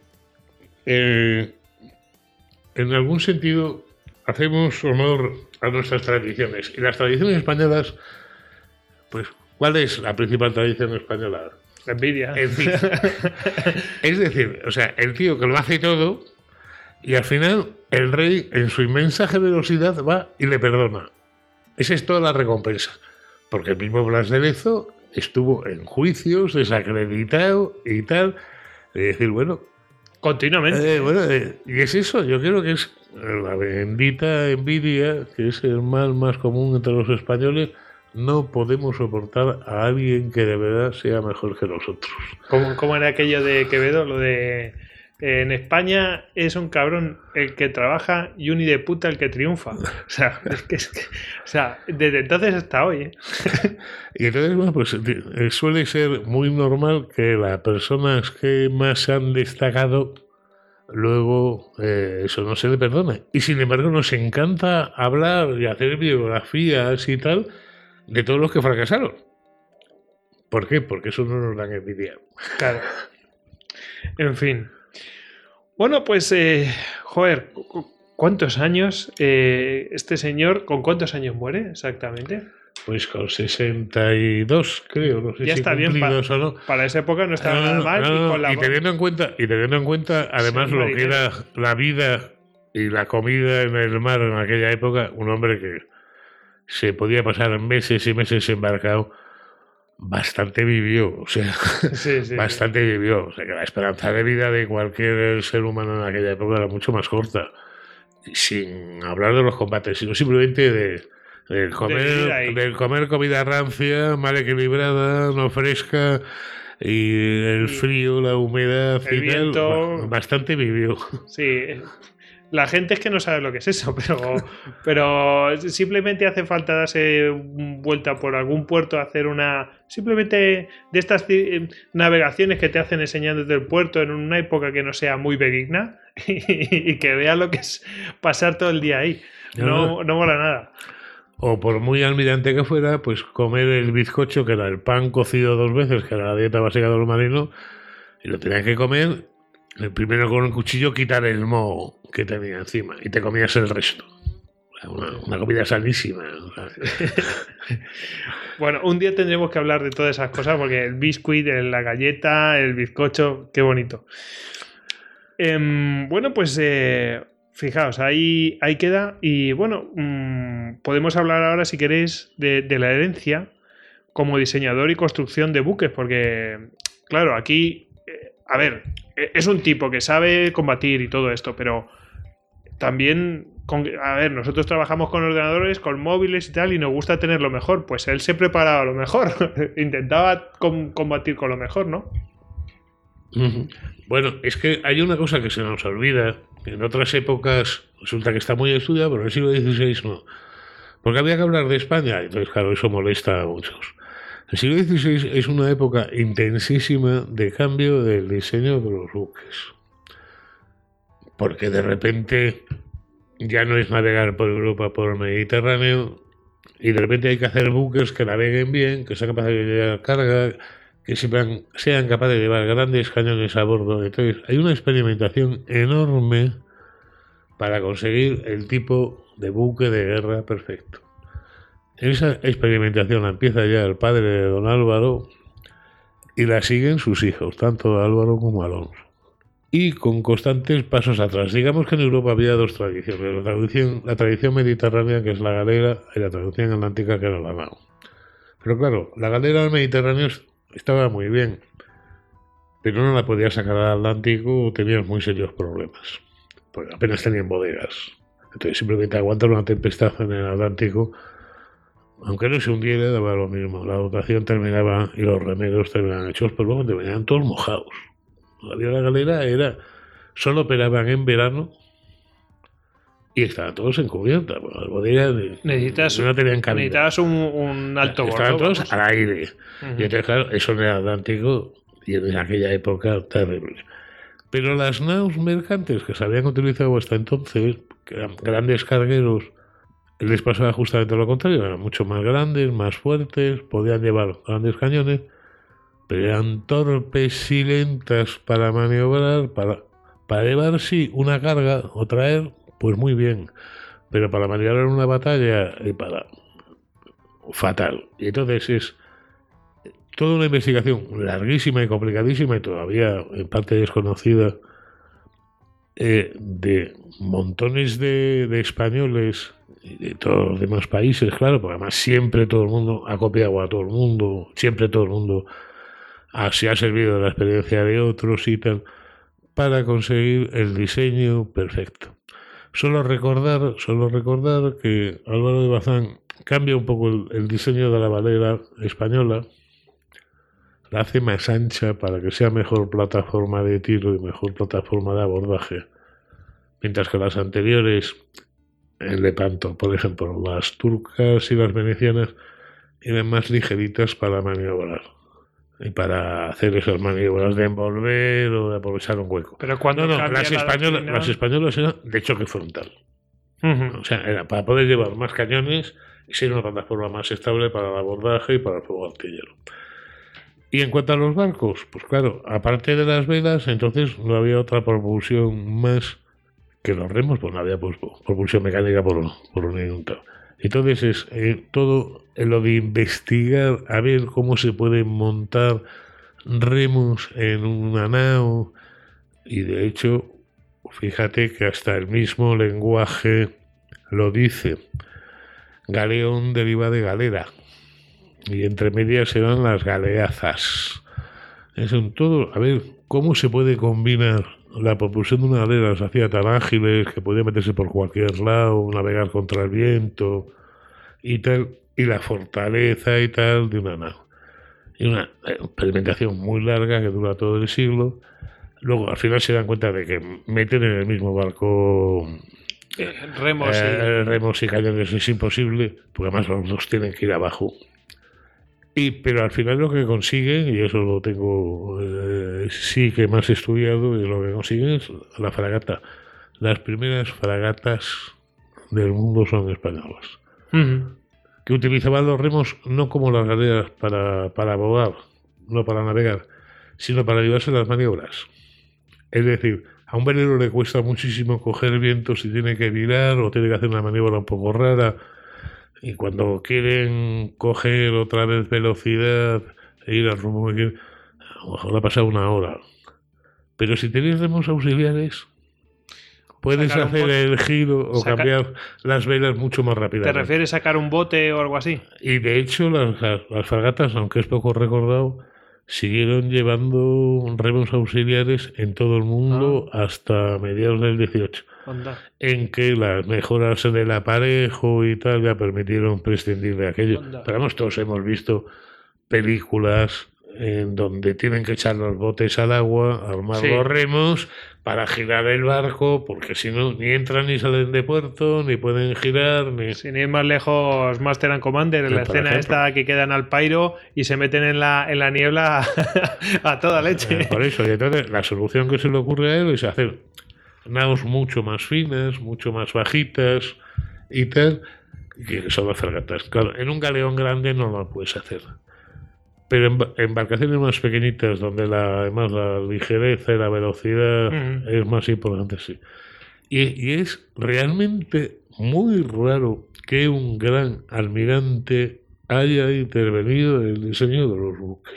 en algún sentido hacemos honor a nuestras tradiciones. Y las tradiciones españolas, pues, ¿cuál es la principal tradición española? La envidia. En fin. Es decir, o sea, el tío que lo hace todo y al final el rey, en su inmensa generosidad, va y le perdona. Esa es toda la recompensa. Porque el mismo Blas de Lezo estuvo en juicios, desacreditado y tal. Es decir, bueno... Continuamente. Y es eso, yo creo que es la bendita envidia, que es el mal más común entre los españoles. No podemos soportar a alguien que de verdad sea mejor que nosotros. ¿Cómo era aquello de Quevedo? Lo de... en España es un cabrón el que trabaja y un de puta el que triunfa. O sea, desde entonces hasta hoy, ¿eh? Y entonces, bueno, pues suele ser muy normal que las personas que más han destacado luego eso no se le perdone. Y sin embargo nos encanta hablar y hacer biografías y tal de todos los que fracasaron. ¿Por qué? Porque eso no nos dan envidia. Claro. En fin. Bueno, pues, ¿cuántos años? Este señor, ¿con cuántos años muere exactamente? Pues con 62, creo. No sé ya si está bien, o no. Para esa época no estaba nada mal. Y teniendo en cuenta, además, lo que era la vida y la comida en el mar en aquella época, un hombre que se podía pasar meses y meses embarcado, bastante vivió, o sea, bastante vivió. O sea, que la esperanza de vida de cualquier ser humano en aquella época era mucho más corta. Sin hablar de los combates, sino simplemente del comer comida rancia, mal equilibrada, no fresca, y el frío, la humedad el viento. Bueno, bastante vivió. Sí. La gente es que no sabe lo que es eso, pero simplemente hace falta darse vuelta por algún puerto, hacer simplemente de estas navegaciones que te hacen enseñándote el puerto en una época que no sea muy benigna y que veas lo que es pasar todo el día ahí. No mola nada. O por muy almirante que fuera, pues comer el bizcocho, que era el pan cocido 2 veces, que era la dieta básica de los marinos, y lo tenían que comer. El primero con el cuchillo quitar el moho que tenía encima y te comías el resto. Una comida sanísima. Bueno, un día tendremos que hablar de todas esas cosas porque el biscuit, la galleta, el bizcocho, qué bonito. Bueno, pues fijaos, ahí queda. Y bueno, podemos hablar ahora, si queréis, de la herencia como diseñador y construcción de buques, porque, claro, aquí, a ver, es un tipo que sabe combatir y todo esto, pero también, nosotros trabajamos con ordenadores, con móviles y tal, y nos gusta tener lo mejor. Pues él se preparaba lo mejor, intentaba combatir con lo mejor, ¿no? Bueno, es que hay una cosa que se nos olvida. En otras épocas resulta que está muy estudiado, pero en el siglo XVI no. Porque había que hablar de España, entonces claro, eso molesta a muchos. El siglo XVI es una época intensísima de cambio del diseño de los buques. Porque de repente ya no es navegar por Europa, por el Mediterráneo, y de repente hay que hacer buques que naveguen bien, que sean capaces de llevar carga, que sean capaces de llevar grandes cañones a bordo. Entonces hay una experimentación enorme para conseguir el tipo de buque de guerra perfecto. En esa experimentación empieza ya el padre de don Álvaro y la siguen sus hijos, tanto Álvaro como Alonso. Y con constantes pasos atrás. Digamos que en Europa había dos tradiciones. La tradición mediterránea, que es la galera, y la tradición atlántica, que era la nao. Pero claro, la galera del Mediterráneo estaba muy bien, pero no la podía sacar al Atlántico, tenían muy serios problemas, porque apenas tenían bodegas. Entonces simplemente aguantar una tempestad en el Atlántico, aunque no se hundiera, daba lo mismo. La dotación terminaba y los remeros terminaban hechos, pero luego terminaban todos mojados. La galera era, solo operaban en verano y estaban todos en cubierta. Bueno, las bodegas no tenían cabida. Necesitabas un alto bordo. Estaban todos al aire. Y entonces, claro, eso en el Atlántico y en aquella época terrible. Pero las naos mercantes que se habían utilizado hasta entonces, que eran grandes cargueros, les pasaba justamente lo contrario. Eran mucho más grandes, más fuertes, podían llevar grandes cañones, pero eran torpes y lentas para maniobrar, para llevar, sí, una carga o traer, pues muy bien, pero para maniobrar una batalla y para fatal. Y entonces es toda una investigación larguísima y complicadísima y todavía en parte desconocida de montones de españoles y de todos los demás países, claro, porque además siempre todo el mundo ha copiado a todo el mundo, siempre todo el mundo se ha servido de la experiencia de otros y tal, para conseguir el diseño perfecto. Solo recordar que Álvaro de Bazán cambia un poco el diseño de la galera española, la hace más ancha para que sea mejor plataforma de tiro y mejor plataforma de abordaje, mientras que las anteriores, en Lepanto, por ejemplo, las turcas y las venecianas, eran más ligeritas para maniobrar y para hacer esas maniobras de envolver o de aprovechar un hueco. Pero cuando las españolas eran de choque frontal. O sea, era para poder llevar más cañones y ser una plataforma más estable para el abordaje y para el fuego artillero. Y en cuanto a los barcos, pues claro, aparte de las velas, entonces no había otra propulsión más que los remos, pues no había propulsión mecánica por ningún lado. Entonces es todo lo de investigar a ver cómo se pueden montar remos en una nao, y de hecho fíjate que hasta el mismo lenguaje lo dice. Galeón deriva de galera y entre medias eran las galeazas. Es un todo, a ver cómo se puede combinar la propulsión de una galera, las hacía tan ágiles que podía meterse por cualquier lado, navegar contra el viento y tal, y la fortaleza y tal de una nao. Y una experimentación muy larga que dura todo el siglo. Luego al final se dan cuenta de que meten en el mismo barco remos y cañones es imposible, porque además los dos tienen que ir abajo. Pero al final lo que consiguen, y eso lo tengo sí que más estudiado, y lo que consiguen es la fragata. Las primeras fragatas del mundo son españolas. Que utilizaban los remos no como las galeras para abogar, no para navegar, sino para llevarse las maniobras. Es decir, a un velero le cuesta muchísimo coger viento si tiene que virar o tiene que hacer una maniobra un poco rara. Y cuando quieren coger otra vez velocidad e ir al rumbo que quieren, a lo mejor ha pasado una hora. Pero si tenéis remos auxiliares, puedes hacer el giro o cambiar las velas mucho más rápidamente. ¿Te refieres a sacar un bote o algo así? Y de hecho las fragatas, aunque es poco recordado, siguieron llevando remos auxiliares en todo el mundo hasta mediados del 18. En que las mejoras en el aparejo y tal ya permitieron prescindir de aquello. Pero vamos, todos hemos visto películas en donde tienen que echar los botes al agua, armar los remos para girar el barco, porque si no, ni entran ni salen de puerto, ni pueden girar, ni... Sin ir más lejos, Master and Commander, en la escena esta que quedan al pairo y se meten en la niebla a toda leche. Por eso, y entonces la solución que se le ocurre a él es hacer naos mucho más finas, mucho más bajitas y tal, que son las fragatas. Claro, en un galeón grande no lo puedes hacer. Pero en embarcaciones más pequeñitas, donde además la ligereza y la velocidad es más importante, sí. Y es realmente muy raro que un gran almirante haya intervenido en el diseño de los buques.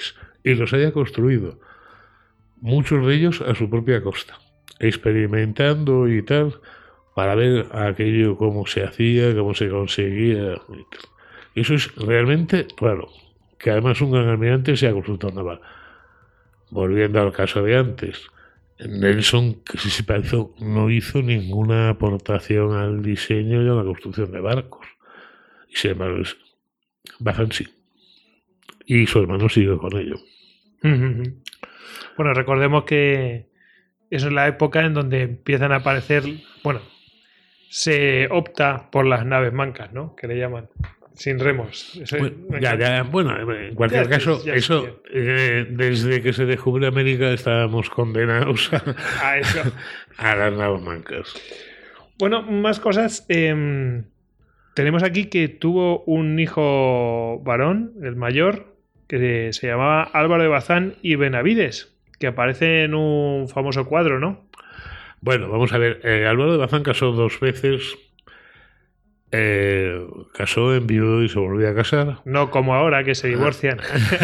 y los haya construido, muchos de ellos a su propia costa, experimentando y tal, para ver aquello cómo se hacía, cómo se conseguía y tal. Y eso es realmente raro, que además un gran almirante sea constructor naval. Volviendo al caso de antes, Nelson, que si se pensó, no hizo ninguna aportación al diseño y a la construcción de barcos. Y sin embargo, Bazán sí. Y su hermano siguió con ello. Bueno, recordemos que eso es la época en donde empiezan a aparecer, bueno, se opta por las naves mancas, ¿no? Que le llaman, sin remos. Eso bueno, en cualquier caso, desde que se descubrió América estábamos condenados a eso. A las naves mancas. Bueno, más cosas. Tenemos aquí que tuvo un hijo varón, el mayor, que se llamaba Álvaro de Bazán y Benavides, que aparece en un famoso cuadro, ¿no? Bueno, vamos a ver. Álvaro de Bazán casó 2 veces. Casó, enviudó y se volvió a casar. No como ahora, que se divorcian.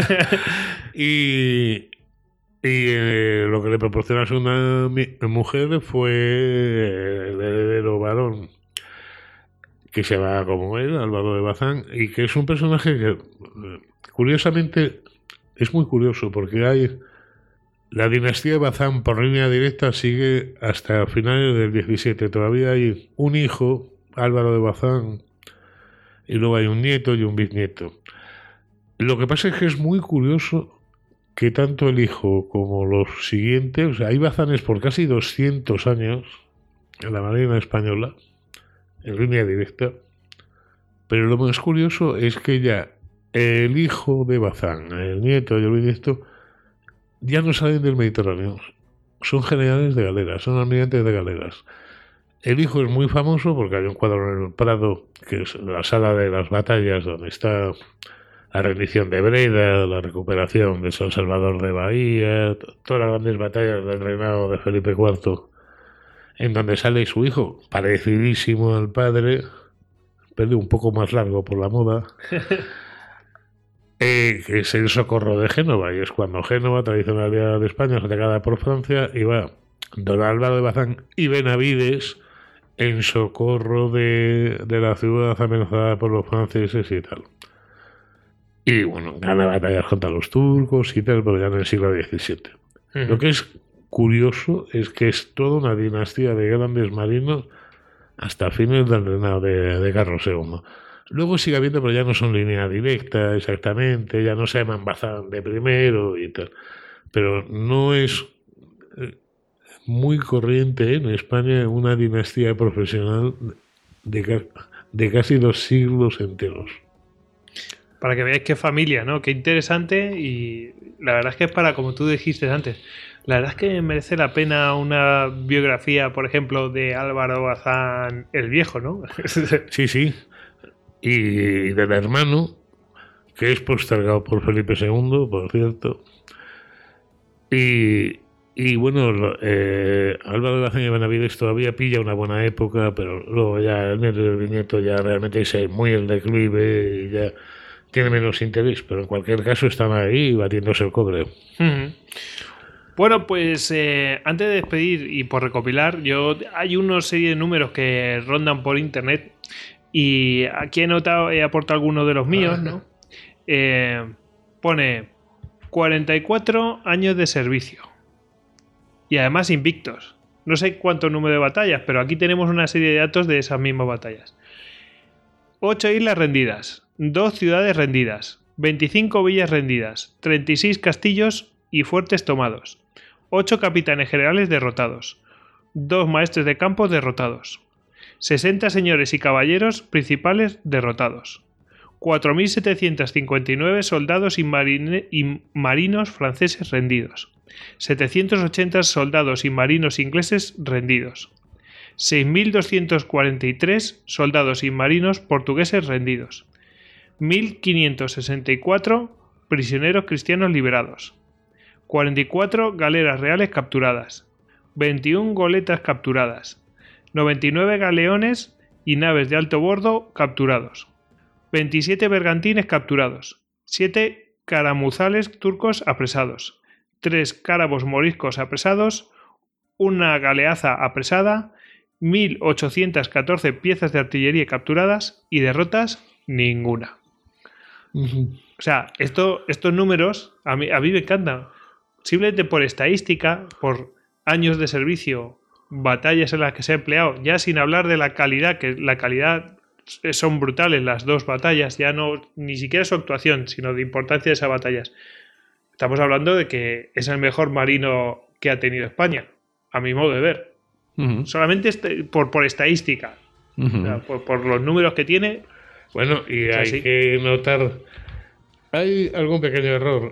y lo que le proporcionó a su mujer fue el heredero varón, que se llama como él, Álvaro de Bazán, y que es un personaje que, curiosamente, es muy curioso, porque hay la dinastía de Bazán por línea directa sigue hasta finales del 17. Todavía hay un hijo, Álvaro de Bazán, y luego hay un nieto y un bisnieto. Lo que pasa es que es muy curioso que tanto el hijo como los siguientes, o sea, hay Bazanes por casi 200 años en la Marina Española, en línea directa, pero lo más curioso es que ya el hijo de Bazán, el nieto y el bisnieto, ya no salen del Mediterráneo, son generales de galeras, son almirantes de galeras. El hijo es muy famoso porque hay un cuadro en el Prado, que es la sala de las batallas, donde está la rendición de Breda, la recuperación de San Salvador de Bahía, todas las grandes batallas del reinado de Felipe IV, en donde sale su hijo, parecidísimo al padre, pero un poco más largo por la moda, que es el Socorro de Génova, y es cuando Génova, tradicional aliada de España, es atacada por Francia, y va don Álvaro de Bazán y Benavides en socorro de la ciudad amenazada por los franceses y tal. Y bueno, gana batallas contra los turcos y tal, pero ya en el siglo XVII. Lo que es curioso es que es toda una dinastía de grandes marinos hasta fines del reinado de Carlos II. Luego sigue habiendo, pero ya no son línea directa exactamente, ya no se llaman Bazán de primero y tal. Pero no es muy corriente en España una dinastía profesional de casi 2 siglos enteros. Para que veáis qué familia, ¿no? Qué interesante, y la verdad es que es para, como tú dijiste antes, la verdad es que merece la pena una biografía, por ejemplo, de Álvaro Bazán el Viejo, ¿no? Sí. Y del hermano, que es postergado por Felipe II, por cierto. Y bueno, Álvaro de Bazán y Benavides todavía pilla una buena época, pero luego ya el nieto y el bisnieto ya realmente es muy el declive y ya tiene menos interés, pero en cualquier caso están ahí batiéndose el cobre. Bueno, pues antes de despedir y por recopilar, hay una serie de números que rondan por internet y aquí he aportado algunos de los míos, ¿no? Pone 44 años de servicio y además invictos. No sé cuánto número de batallas, pero aquí tenemos una serie de datos de esas mismas batallas. 8 islas rendidas, 2 ciudades rendidas, 25 villas rendidas, 36 castillos y fuertes tomados, 8 capitanes generales derrotados, 2 maestres de campo derrotados, 60 señores y caballeros principales derrotados, 4.759 soldados y marinos franceses rendidos, 780 soldados y marinos ingleses rendidos, 6.243 soldados y marinos portugueses rendidos, 1.564 prisioneros cristianos liberados, 44 galeras reales capturadas, 21 goletas capturadas, 99 galeones y naves de alto bordo capturados, 27 bergantines capturados, 7 caramuzales turcos apresados, 3 cárabos moriscos apresados, una galeaza apresada, 1.814 piezas de artillería capturadas y derrotas ninguna. O sea, estos números a mí me encantan. Simplemente por estadística, por años de servicio, batallas en las que se ha empleado, ya sin hablar de la calidad, que la calidad son brutales las 2 batallas, ya no ni siquiera su actuación, sino de importancia de esas batallas. Estamos hablando de que es el mejor marino que ha tenido España, a mi modo de ver. Solamente por estadística, o sea, por los números que tiene. Bueno, y hay que notar, hay algún pequeño error.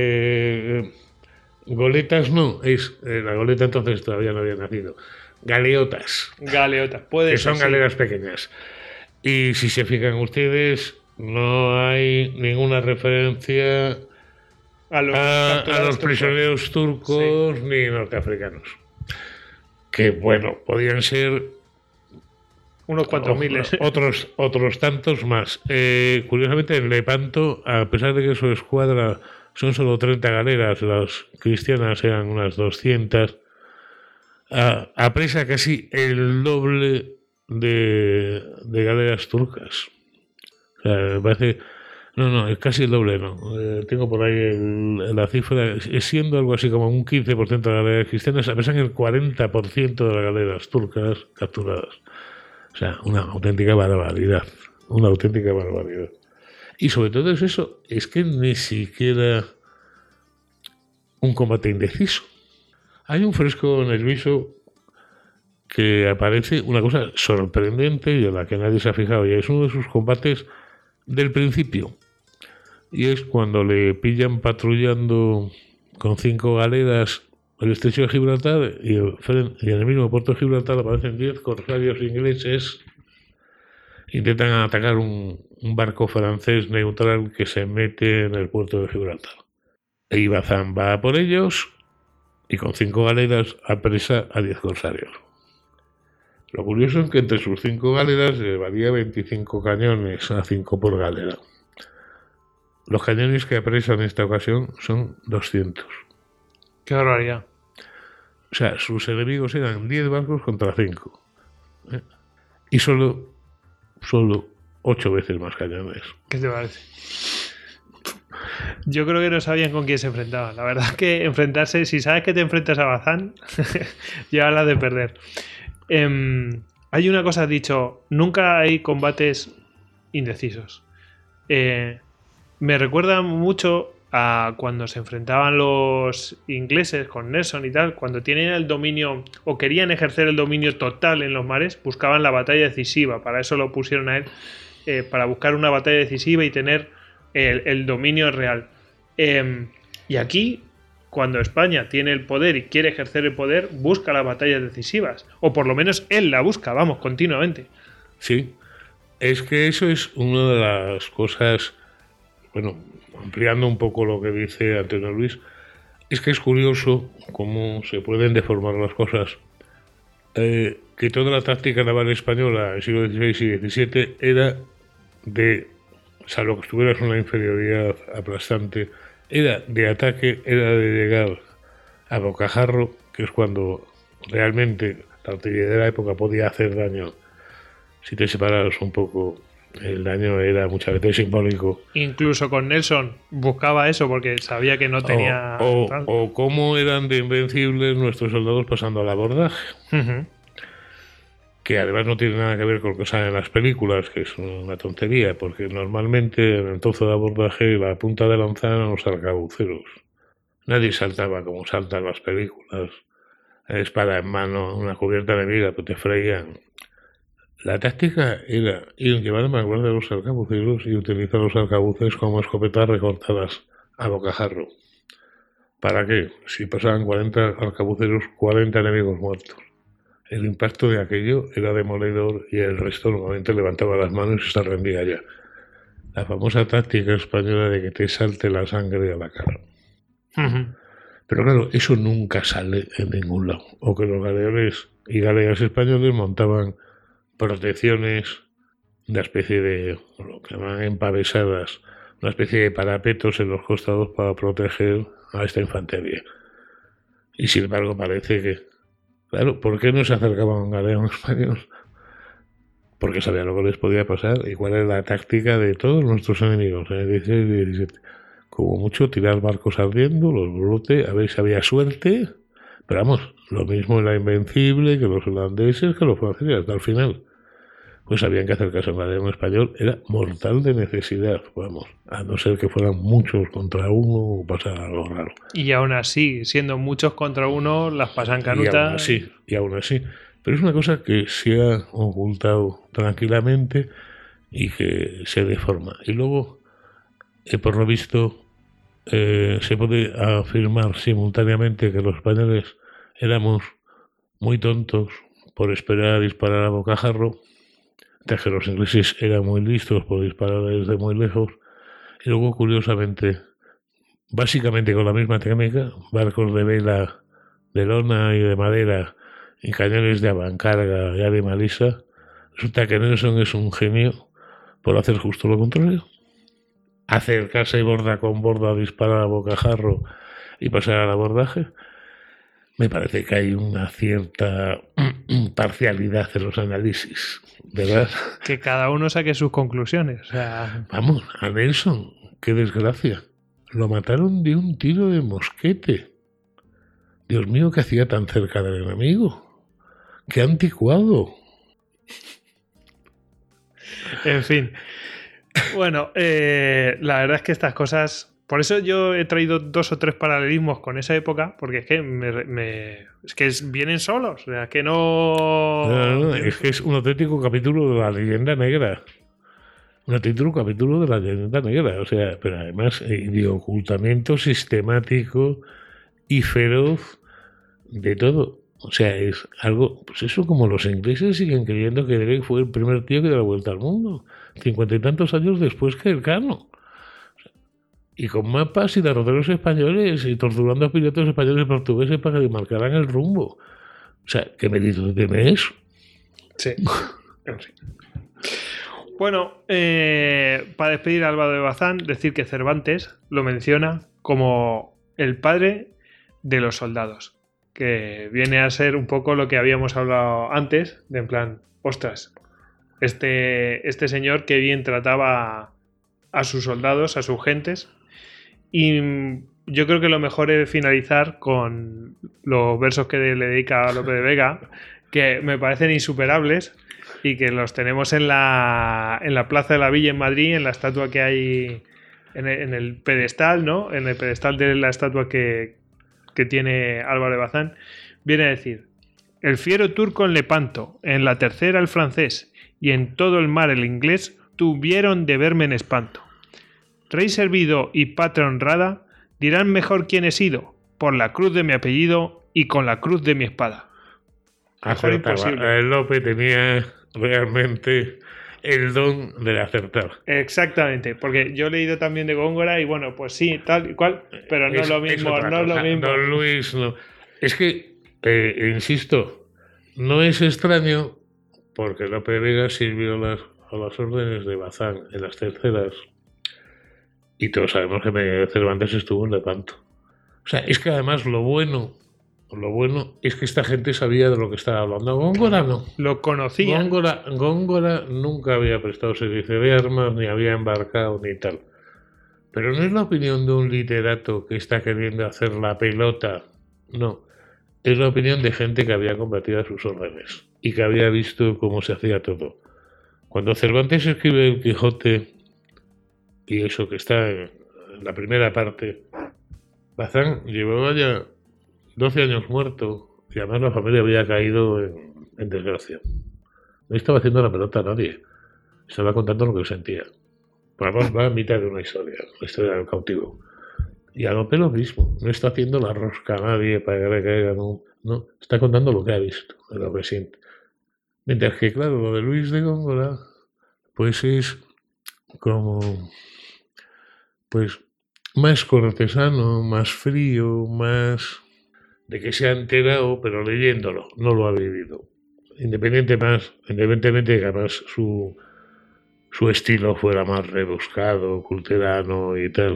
Goletas no, la goleta entonces todavía no había nacido. Galeotas. Galeotas, puede que ser. Son galeras pequeñas. Y si se fijan ustedes, no hay ninguna referencia a los prisioneros turcos ni norteafricanos. Que bueno, podían ser unos cuantos miles. Otros tantos más. Curiosamente, en Lepanto, a pesar de que su escuadra son solo 30 galeras, las cristianas eran unas 200, apresa casi el doble de galeras turcas. O sea, me parece... No, es casi el doble, no. Tengo por ahí la cifra, siendo algo así como un 15% de las galeras cristianas, apresan el 40% de las galeras turcas capturadas. O sea, una auténtica barbaridad. Una auténtica barbaridad. Y sobre todo es eso, es que ni siquiera un combate indeciso. Hay un fresco en el viso que aparece una cosa sorprendente y a la que nadie se ha fijado, y es uno de sus combates del principio. Y es cuando le pillan patrullando con 5 galeras el estrecho de Gibraltar y en el mismo puerto de Gibraltar aparecen 10 corsarios ingleses. Intentan atacar un barco francés neutral que se mete en el puerto de Gibraltar. E Ibazán va por ellos y con 5 galeras apresa a 10 corsarios. Lo curioso es que entre sus 5 galeras llevaría 25 cañones, a 5 por galera. Los cañones que apresa en esta ocasión son 200. ¡Qué barbaridad! O sea, sus enemigos eran 10 barcos contra 5. Y solo 8 veces más cañones. ¿Qué te parece? Yo creo que no sabían con quién se enfrentaban. La verdad es que enfrentarse, si sabes que te enfrentas a Bazán, ya la de perder. Hay una cosa, has dicho, nunca hay combates indecisos. Me recuerda mucho a cuando se enfrentaban los ingleses con Nelson y tal, cuando tienen el dominio o querían ejercer el dominio total en los mares, buscaban la batalla decisiva, para eso lo pusieron a él, para buscar una batalla decisiva y tener el dominio real. Y aquí, cuando España tiene el poder y quiere ejercer el poder, busca las batallas decisivas, o por lo menos él la busca, vamos, continuamente. Sí, es que eso es una de las cosas, bueno, ampliando un poco lo que dice Antonio Luis, es que es curioso cómo se pueden deformar las cosas. Que toda la táctica naval española en el siglo XVI y XVII era de, salvo que estuvieras una inferioridad aplastante, era de ataque, era de llegar a bocajarro, que es cuando realmente la artillería de la época podía hacer daño. Si te separas un poco, el daño era muchas veces simbólico. Incluso con Nelson buscaba eso porque sabía que no tenía... O cómo eran de invencibles nuestros soldados pasando al abordaje. Uh-huh. Que además no tiene nada que ver con lo que sale en las películas, que es una tontería, porque normalmente en el trozo de abordaje la punta de lanza eran los arcabuceros. Nadie saltaba como saltan en las películas. Espada en mano, una cubierta enemiga, pues te freían. La táctica era ir llevar más guardia de los arcabuceros y utilizar los arcabuces como escopetas recortadas a bocajarro. ¿Para qué? Si pasaban 40 arcabuceros, 40 enemigos muertos. El impacto de aquello era demoledor y el resto normalmente levantaba las manos y se rendía ya. La famosa táctica española de que te salte la sangre a la cara. Uh-huh. Pero claro, eso nunca sale en ningún lado. O que los galeones y galeas españoles montaban protecciones, una especie de lo que llaman empavesadas, una especie de parapetos en los costados para proteger a esta infantería. Y sin embargo parece que, claro, ¿por qué no se acercaban a un galeón español? Porque sabían lo que les podía pasar y cuál era la táctica de todos nuestros enemigos en el 16 y 17. Como mucho, tirar barcos ardiendo, los brote, a ver si había suerte. Pero vamos, lo mismo era Invencible que los holandeses, que los franceses, hasta el final. Pues sabían que acercarse a un galeón español era mortal de necesidad, vamos, a no ser que fueran muchos contra uno o pasara algo raro. Y aún así, siendo muchos contra uno, las pasan canutas. Y aún así. Pero es una cosa que se ha ocultado tranquilamente y que se deforma. Y luego, por lo visto, se puede afirmar simultáneamente que los españoles éramos muy tontos por esperar a disparar a bocajarro, mientras que los ingleses eran muy listos por disparar desde muy lejos. Y luego, curiosamente, básicamente con la misma técnica, barcos de vela, de lona y de madera, y cañones de avancarga y de malisa, resulta que Nelson es un genio por hacer justo lo contrario. Acercarse borda con borda, disparar a bocajarro y pasar al abordaje. Me parece que hay una cierta parcialidad en los análisis, ¿verdad? Que cada uno saque sus conclusiones. O sea... Vamos, a Nelson, qué desgracia. Lo mataron de un tiro de mosquete. Dios mío, ¿qué hacía tan cerca del enemigo? ¡Qué anticuado! En fin. Bueno, la verdad es que estas cosas... Por eso yo he traído 2 o 3 paralelismos con esa época, porque es que vienen solos. O sea, que no... Es que es un auténtico capítulo de la leyenda negra. Un auténtico capítulo de la leyenda negra. O sea, pero además de ocultamiento sistemático y feroz de todo. O sea, es algo, pues eso, como los ingleses siguen creyendo que Drake fue el primer tío que dio la vuelta al mundo, 50 y tantos años después que Elcano. Y con mapas y derroteros españoles y torturando a pilotos españoles y portugueses para que marcaran el rumbo. O sea, ¿qué mérito tiene eso? Sí. En fin. Bueno, para despedir a Álvaro de Bazán, decir que Cervantes lo menciona como el padre de los soldados, que viene a ser un poco lo que habíamos hablado antes, de en plan, ostras, este señor que bien trataba a sus soldados, a sus gentes. Y yo creo que lo mejor es finalizar con los versos que le dedica a Lope de Vega, que me parecen insuperables y que los tenemos en la Plaza de la Villa en Madrid, en la estatua que hay en el pedestal, ¿no? En el pedestal de la estatua que tiene Álvaro de Bazán. Viene a decir: el fiero turco en Lepanto, en la tercera el francés, y en todo el mar el inglés, tuvieron de verme en espanto. Rey servido y patria honrada, dirán mejor quién he sido, por la cruz de mi apellido y con la cruz de mi espada. Mejor imposible. Lope tenía realmente el don de acertar. Exactamente, porque yo he leído también de Góngora y bueno, pues sí, tal y cual, pero no es lo mismo, no es lo mismo. Don Luis, no. Es que, insisto, no es extraño porque Lope de Vega sirvió a las órdenes de Bazán en las terceras. Y todos sabemos que Cervantes estuvo en Lepanto. O sea, es que además lo bueno es que esta gente sabía de lo que estaba hablando. Góngora no. Lo conocía. Góngora nunca había prestado servicio de armas, ni había embarcado, ni tal. Pero no es la opinión de un literato que está queriendo hacer la pelota. No. Es la opinión de gente que había combatido a sus órdenes y que había visto cómo se hacía todo. Cuando Cervantes escribe El Quijote, y eso que está en la primera parte, Bazán llevaba ya 12 años muerto y además la familia había caído en desgracia. No estaba haciendo la pelota a nadie, estaba contando lo que sentía. Además va a mitad de una historia, la historia del cautivo. Y a Lope lo mismo, no está haciendo la rosca a nadie para que le caiga, no, está contando lo que ha visto, lo que siente. Mientras que, claro, lo de Luis de Góngora, pues es como, pues, más cortesano, más frío, más de que se ha enterado, pero leyéndolo, no lo ha vivido. Independientemente de que además su estilo fuera más rebuscado, culterano y tal.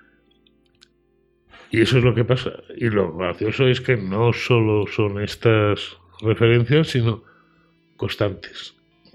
Y eso es lo que pasa. Y lo gracioso es que no solo son estas referencias, sino constantes.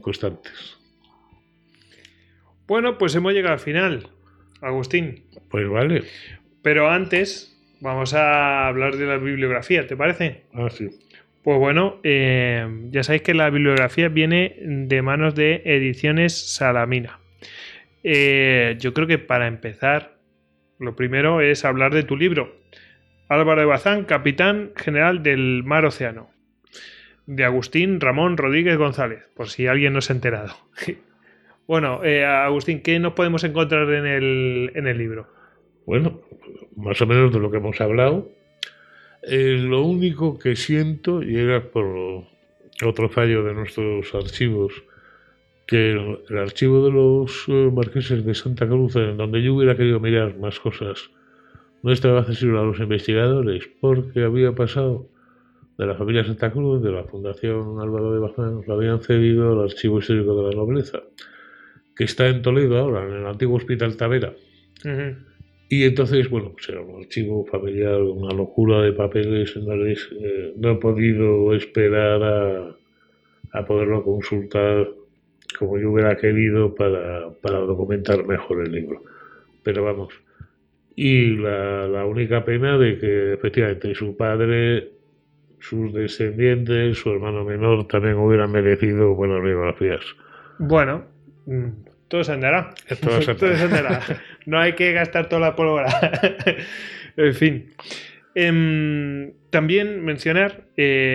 Bueno, pues hemos llegado al final, Agustín. Pues vale. Pero antes vamos a hablar de la bibliografía, ¿te parece? Ah, sí. Pues bueno, ya sabéis que la bibliografía viene de manos de Ediciones Salamina. Yo creo que para empezar, lo primero es hablar de tu libro, Álvaro de Bazán, capitán general del Mar Océano, de Agustín Ramón Rodríguez González, por si alguien no se ha enterado. Bueno, Agustín, ¿qué nos podemos encontrar en el libro? Bueno, más o menos de lo que hemos hablado. Lo único que siento, y era por otro fallo de nuestros archivos, que el archivo de los marqueses de Santa Cruz, en donde yo hubiera querido mirar más cosas, no estaba accesible a los investigadores, porque había pasado de la familia Santa Cruz, de la Fundación Álvaro de Bazán, lo habían cedido al Archivo Histórico de la Nobleza, que está en Toledo ahora, en el antiguo Hospital Tavera. Uh-huh. Y entonces, bueno, pues era un archivo familiar, una locura de papeles, no he podido esperar a poderlo consultar como yo hubiera querido para documentar mejor el libro. Pero vamos, y la única pena de que efectivamente su padre, sus descendientes, su hermano menor también hubieran merecido buenas biografías. Bueno, todo se andará. Todo se andará. No hay que gastar toda la pólvora. En fin. También mencionar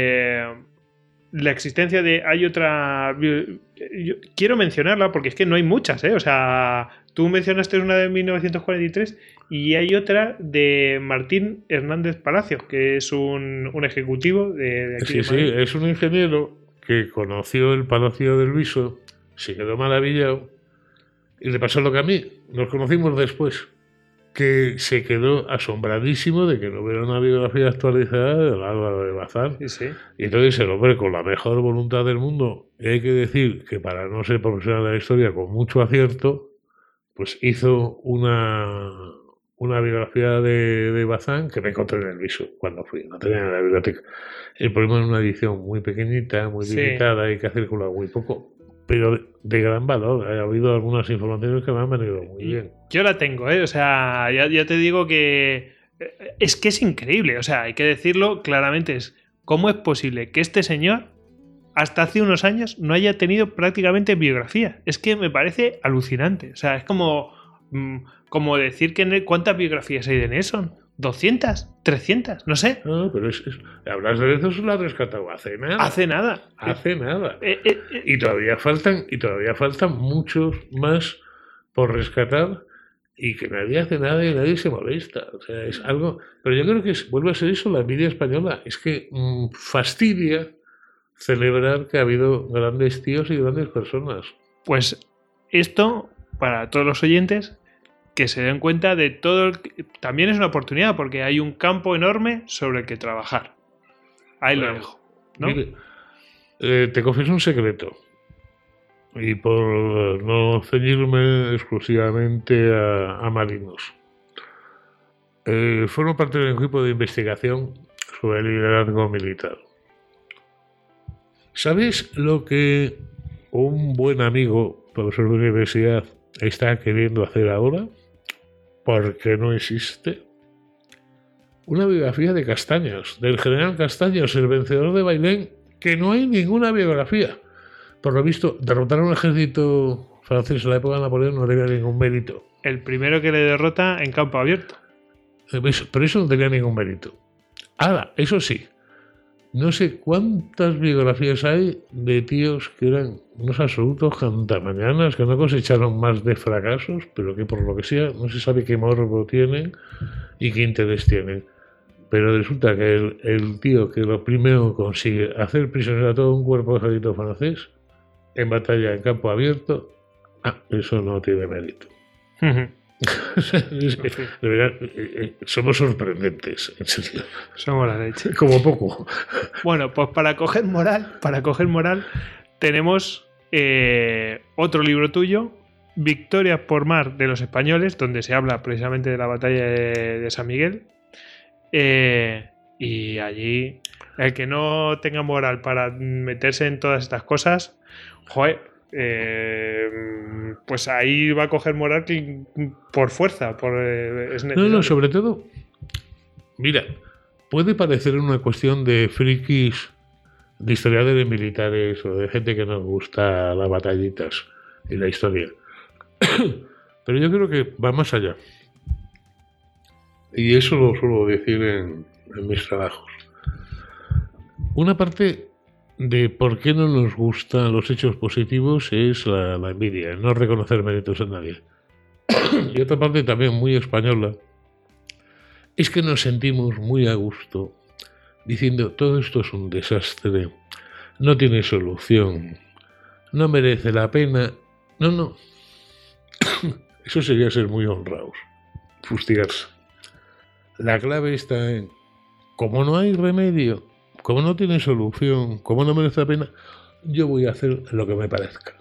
la existencia de... Hay otra... Yo quiero mencionarla porque es que no hay muchas, ¿eh? O sea, tú mencionaste una de 1943 y hay otra de Martín Hernández Palacios, que es un ejecutivo de aquí. Sí, sí, es un ingeniero que conoció el Palacio del Viso, se quedó maravillado y le pasó lo que a mí. Nos conocimos después, que se quedó asombradísimo de que no hubiera una biografía actualizada del Álvaro de Bazán. Sí, sí. Y entonces el hombre, con la mejor voluntad del mundo, y hay que decir que para no ser profesional de la historia, con mucho acierto, pues hizo una biografía de Bazán que me encontré en el Viso cuando fui, no tenía en la biblioteca. El problema es una edición muy pequeñita, muy limitada, hay que hacer muy poco, pero de gran valor. Ha habido algunas informaciones que me han venido muy bien. Yo la tengo, o sea, ya te digo que es increíble, o sea, hay que decirlo claramente, ¿cómo es posible que este señor hasta hace unos años no haya tenido prácticamente biografía? Es que me parece alucinante, o sea, es como decir que ¿cuántas biografías hay de Nelson? ¿200? ¿300? No sé. No, pero hablas de eso, la has rescatado hace nada. Hace nada. Hace nada. Y todavía faltan muchos más por rescatar y que nadie hace nada y nadie se molesta. O sea, es algo... Pero yo creo que vuelve a ser eso la envidia española. Es que fastidia celebrar que ha habido grandes tíos y grandes personas. Pues esto, para todos los oyentes, que se den cuenta de todo. También es una oportunidad porque hay un campo enorme sobre el que trabajar. Ahí lo dejo, ¿no? Mire, te confieso un secreto. Y por no ceñirme exclusivamente a marinos. Formo parte de un equipo de investigación sobre el liderazgo militar. ¿Sabes lo que un buen amigo, profesor de universidad, está queriendo hacer ahora? Porque no existe. Una biografía de Castaños, del general Castaños, el vencedor de Bailén, que no hay ninguna biografía. Por lo visto, derrotar a un ejército francés en la época de Napoleón no tenía ningún mérito. El primero que le derrota en campo abierto. Pero eso no tenía ningún mérito. Ahora, eso sí, no sé cuántas biografías hay de tíos que eran unos absolutos cantamañanas, que no cosecharon más de fracasos, pero que por lo que sea no se sabe qué morbo tienen y qué interés tienen. Pero resulta que el tío que lo primero consigue hacer prisionero a todo un cuerpo de ejército francés en batalla en campo abierto, eso no tiene mérito. De verdad, somos sorprendentes, en serio. Somos la leche. Como poco. Bueno, pues para coger moral, tenemos otro libro tuyo victorias por mar de los españoles, donde se habla precisamente de la batalla de San Miguel. Y allí, el que no tenga moral para meterse en todas estas cosas, joder, pues ahí va a coger moral por fuerza. Es necesario. No, sobre todo, mira, puede parecer una cuestión de frikis, de historiadores militares o de gente que nos gusta las batallitas y la historia. Pero yo creo que va más allá. Y eso lo suelo decir en mis trabajos. Una parte de por qué no nos gustan los hechos positivos es la envidia, no reconocer méritos en nadie. Y otra parte también muy española es que nos sentimos muy a gusto diciendo todo esto es un desastre, no tiene solución, no merece la pena. No. Eso sería ser muy honrados, fustigarse. La clave está en, como no hay remedio, como no tiene solución, como no merece la pena, yo voy a hacer lo que me parezca.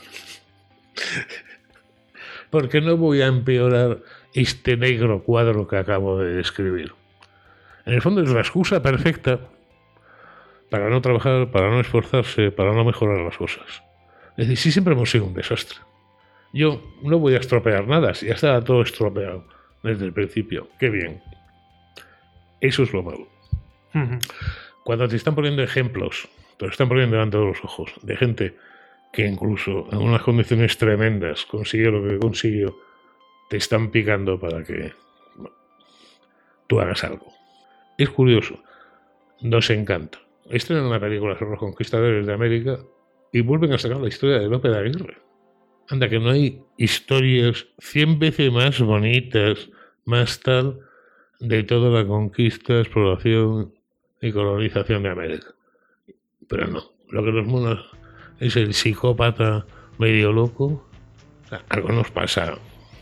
Porque no voy a empeorar este negro cuadro que acabo de describir. En el fondo es la excusa perfecta para no trabajar, para no esforzarse, para no mejorar las cosas. Es decir, si siempre hemos sido un desastre. Yo no voy a estropear nada, si ya estaba todo estropeado desde el principio. Qué bien. Eso es lo malo. Cuando te están poniendo ejemplos, te lo están poniendo delante de los ojos, de gente que incluso en unas condiciones tremendas consiguió lo que consiguió, te están picando para que tú hagas algo. Es curioso, nos encanta. Estrenan una película sobre los conquistadores de América y vuelven a sacar la historia de Lope de Aguirre. Anda, que no hay historias 100 veces más bonitas, más tal, de toda la conquista, exploración y colonización de América. Pero no, lo que nos mola es el psicópata medio loco. O sea, algo nos pasa.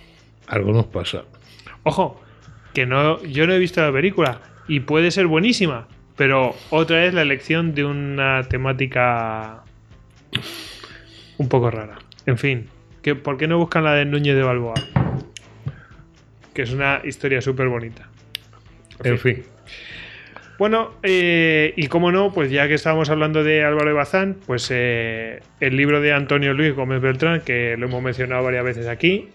Ojo, que no, yo no he visto la película y puede ser buenísima, pero otra es la elección de una temática un poco rara. En fin, ¿por qué no buscan la de Núñez de Balboa? Que es una historia súper bonita. En fin. Bueno, y cómo no, pues ya que estábamos hablando de Álvaro de Bazán, pues el libro de Antonio Luis Gómez Beltrán, que lo hemos mencionado varias veces aquí.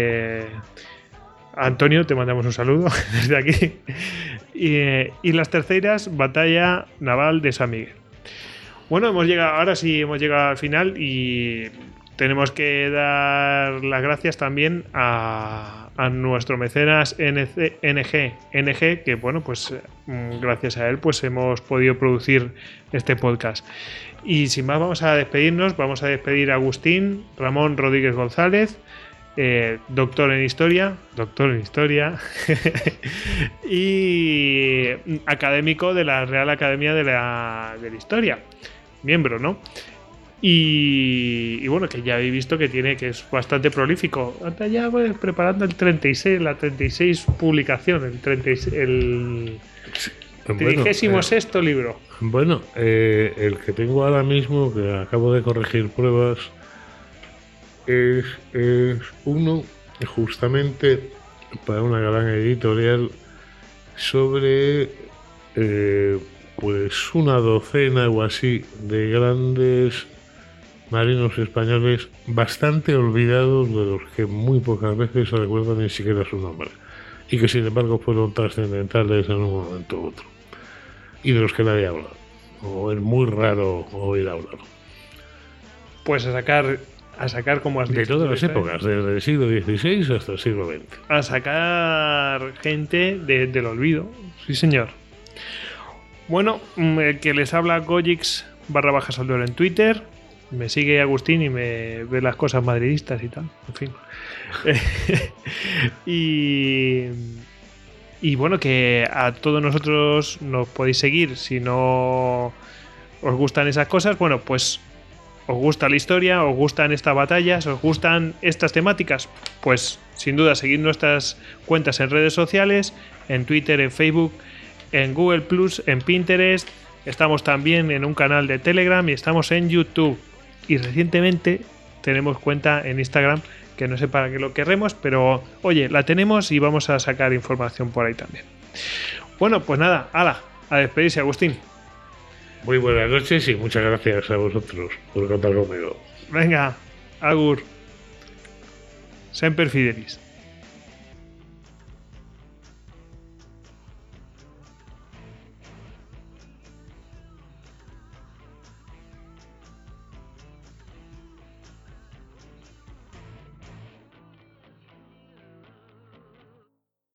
Antonio, te mandamos un saludo desde aquí. Y las terceras, Batalla Naval de San Miguel. Bueno, ahora sí hemos llegado al final y tenemos que dar las gracias también a nuestro mecenas NG, que bueno, pues gracias a él pues hemos podido producir este podcast. Y sin más, vamos a despedir a Agustín Ramón Rodríguez González, doctor en historia y académico de la Real Academia de la Historia, miembro, ¿no? Y bueno, que ya habéis visto que es bastante prolífico. Anda ya pues, preparando la 36 publicación, el 36º libro. Bueno, el que tengo ahora mismo, que acabo de corregir pruebas, es uno justamente para una gran editorial sobre pues una docena o así de grandes marinos españoles bastante olvidados, de los que muy pocas veces se recuerda ni siquiera su nombre, y que sin embargo fueron trascendentales en un momento u otro, y de los que nadie habla, o es muy raro oír hablar. Pues a sacar como has dicho, de todas las épocas, desde el siglo XVI hasta el siglo XX. A sacar gente del olvido, sí señor. Bueno, el que les habla Gojix_Saldor en Twitter. Me sigue Agustín y me ve las cosas madridistas y tal, en fin. Y bueno, que a todos nosotros nos podéis seguir si no os gustan esas cosas. Bueno, pues os gusta la historia, os gustan estas batallas, os gustan estas temáticas, pues sin duda seguid nuestras cuentas en redes sociales, en Twitter, en Facebook, en Google+, en Pinterest. Estamos también en un canal de Telegram y estamos en YouTube. Y recientemente tenemos cuenta en Instagram que no sé para qué lo querremos, pero oye, la tenemos y vamos a sacar información por ahí también. Bueno, pues nada, hala, a despedirse, Agustín. Muy buenas noches y muchas gracias a vosotros por contar conmigo. Venga, agur. Semper Fidelis.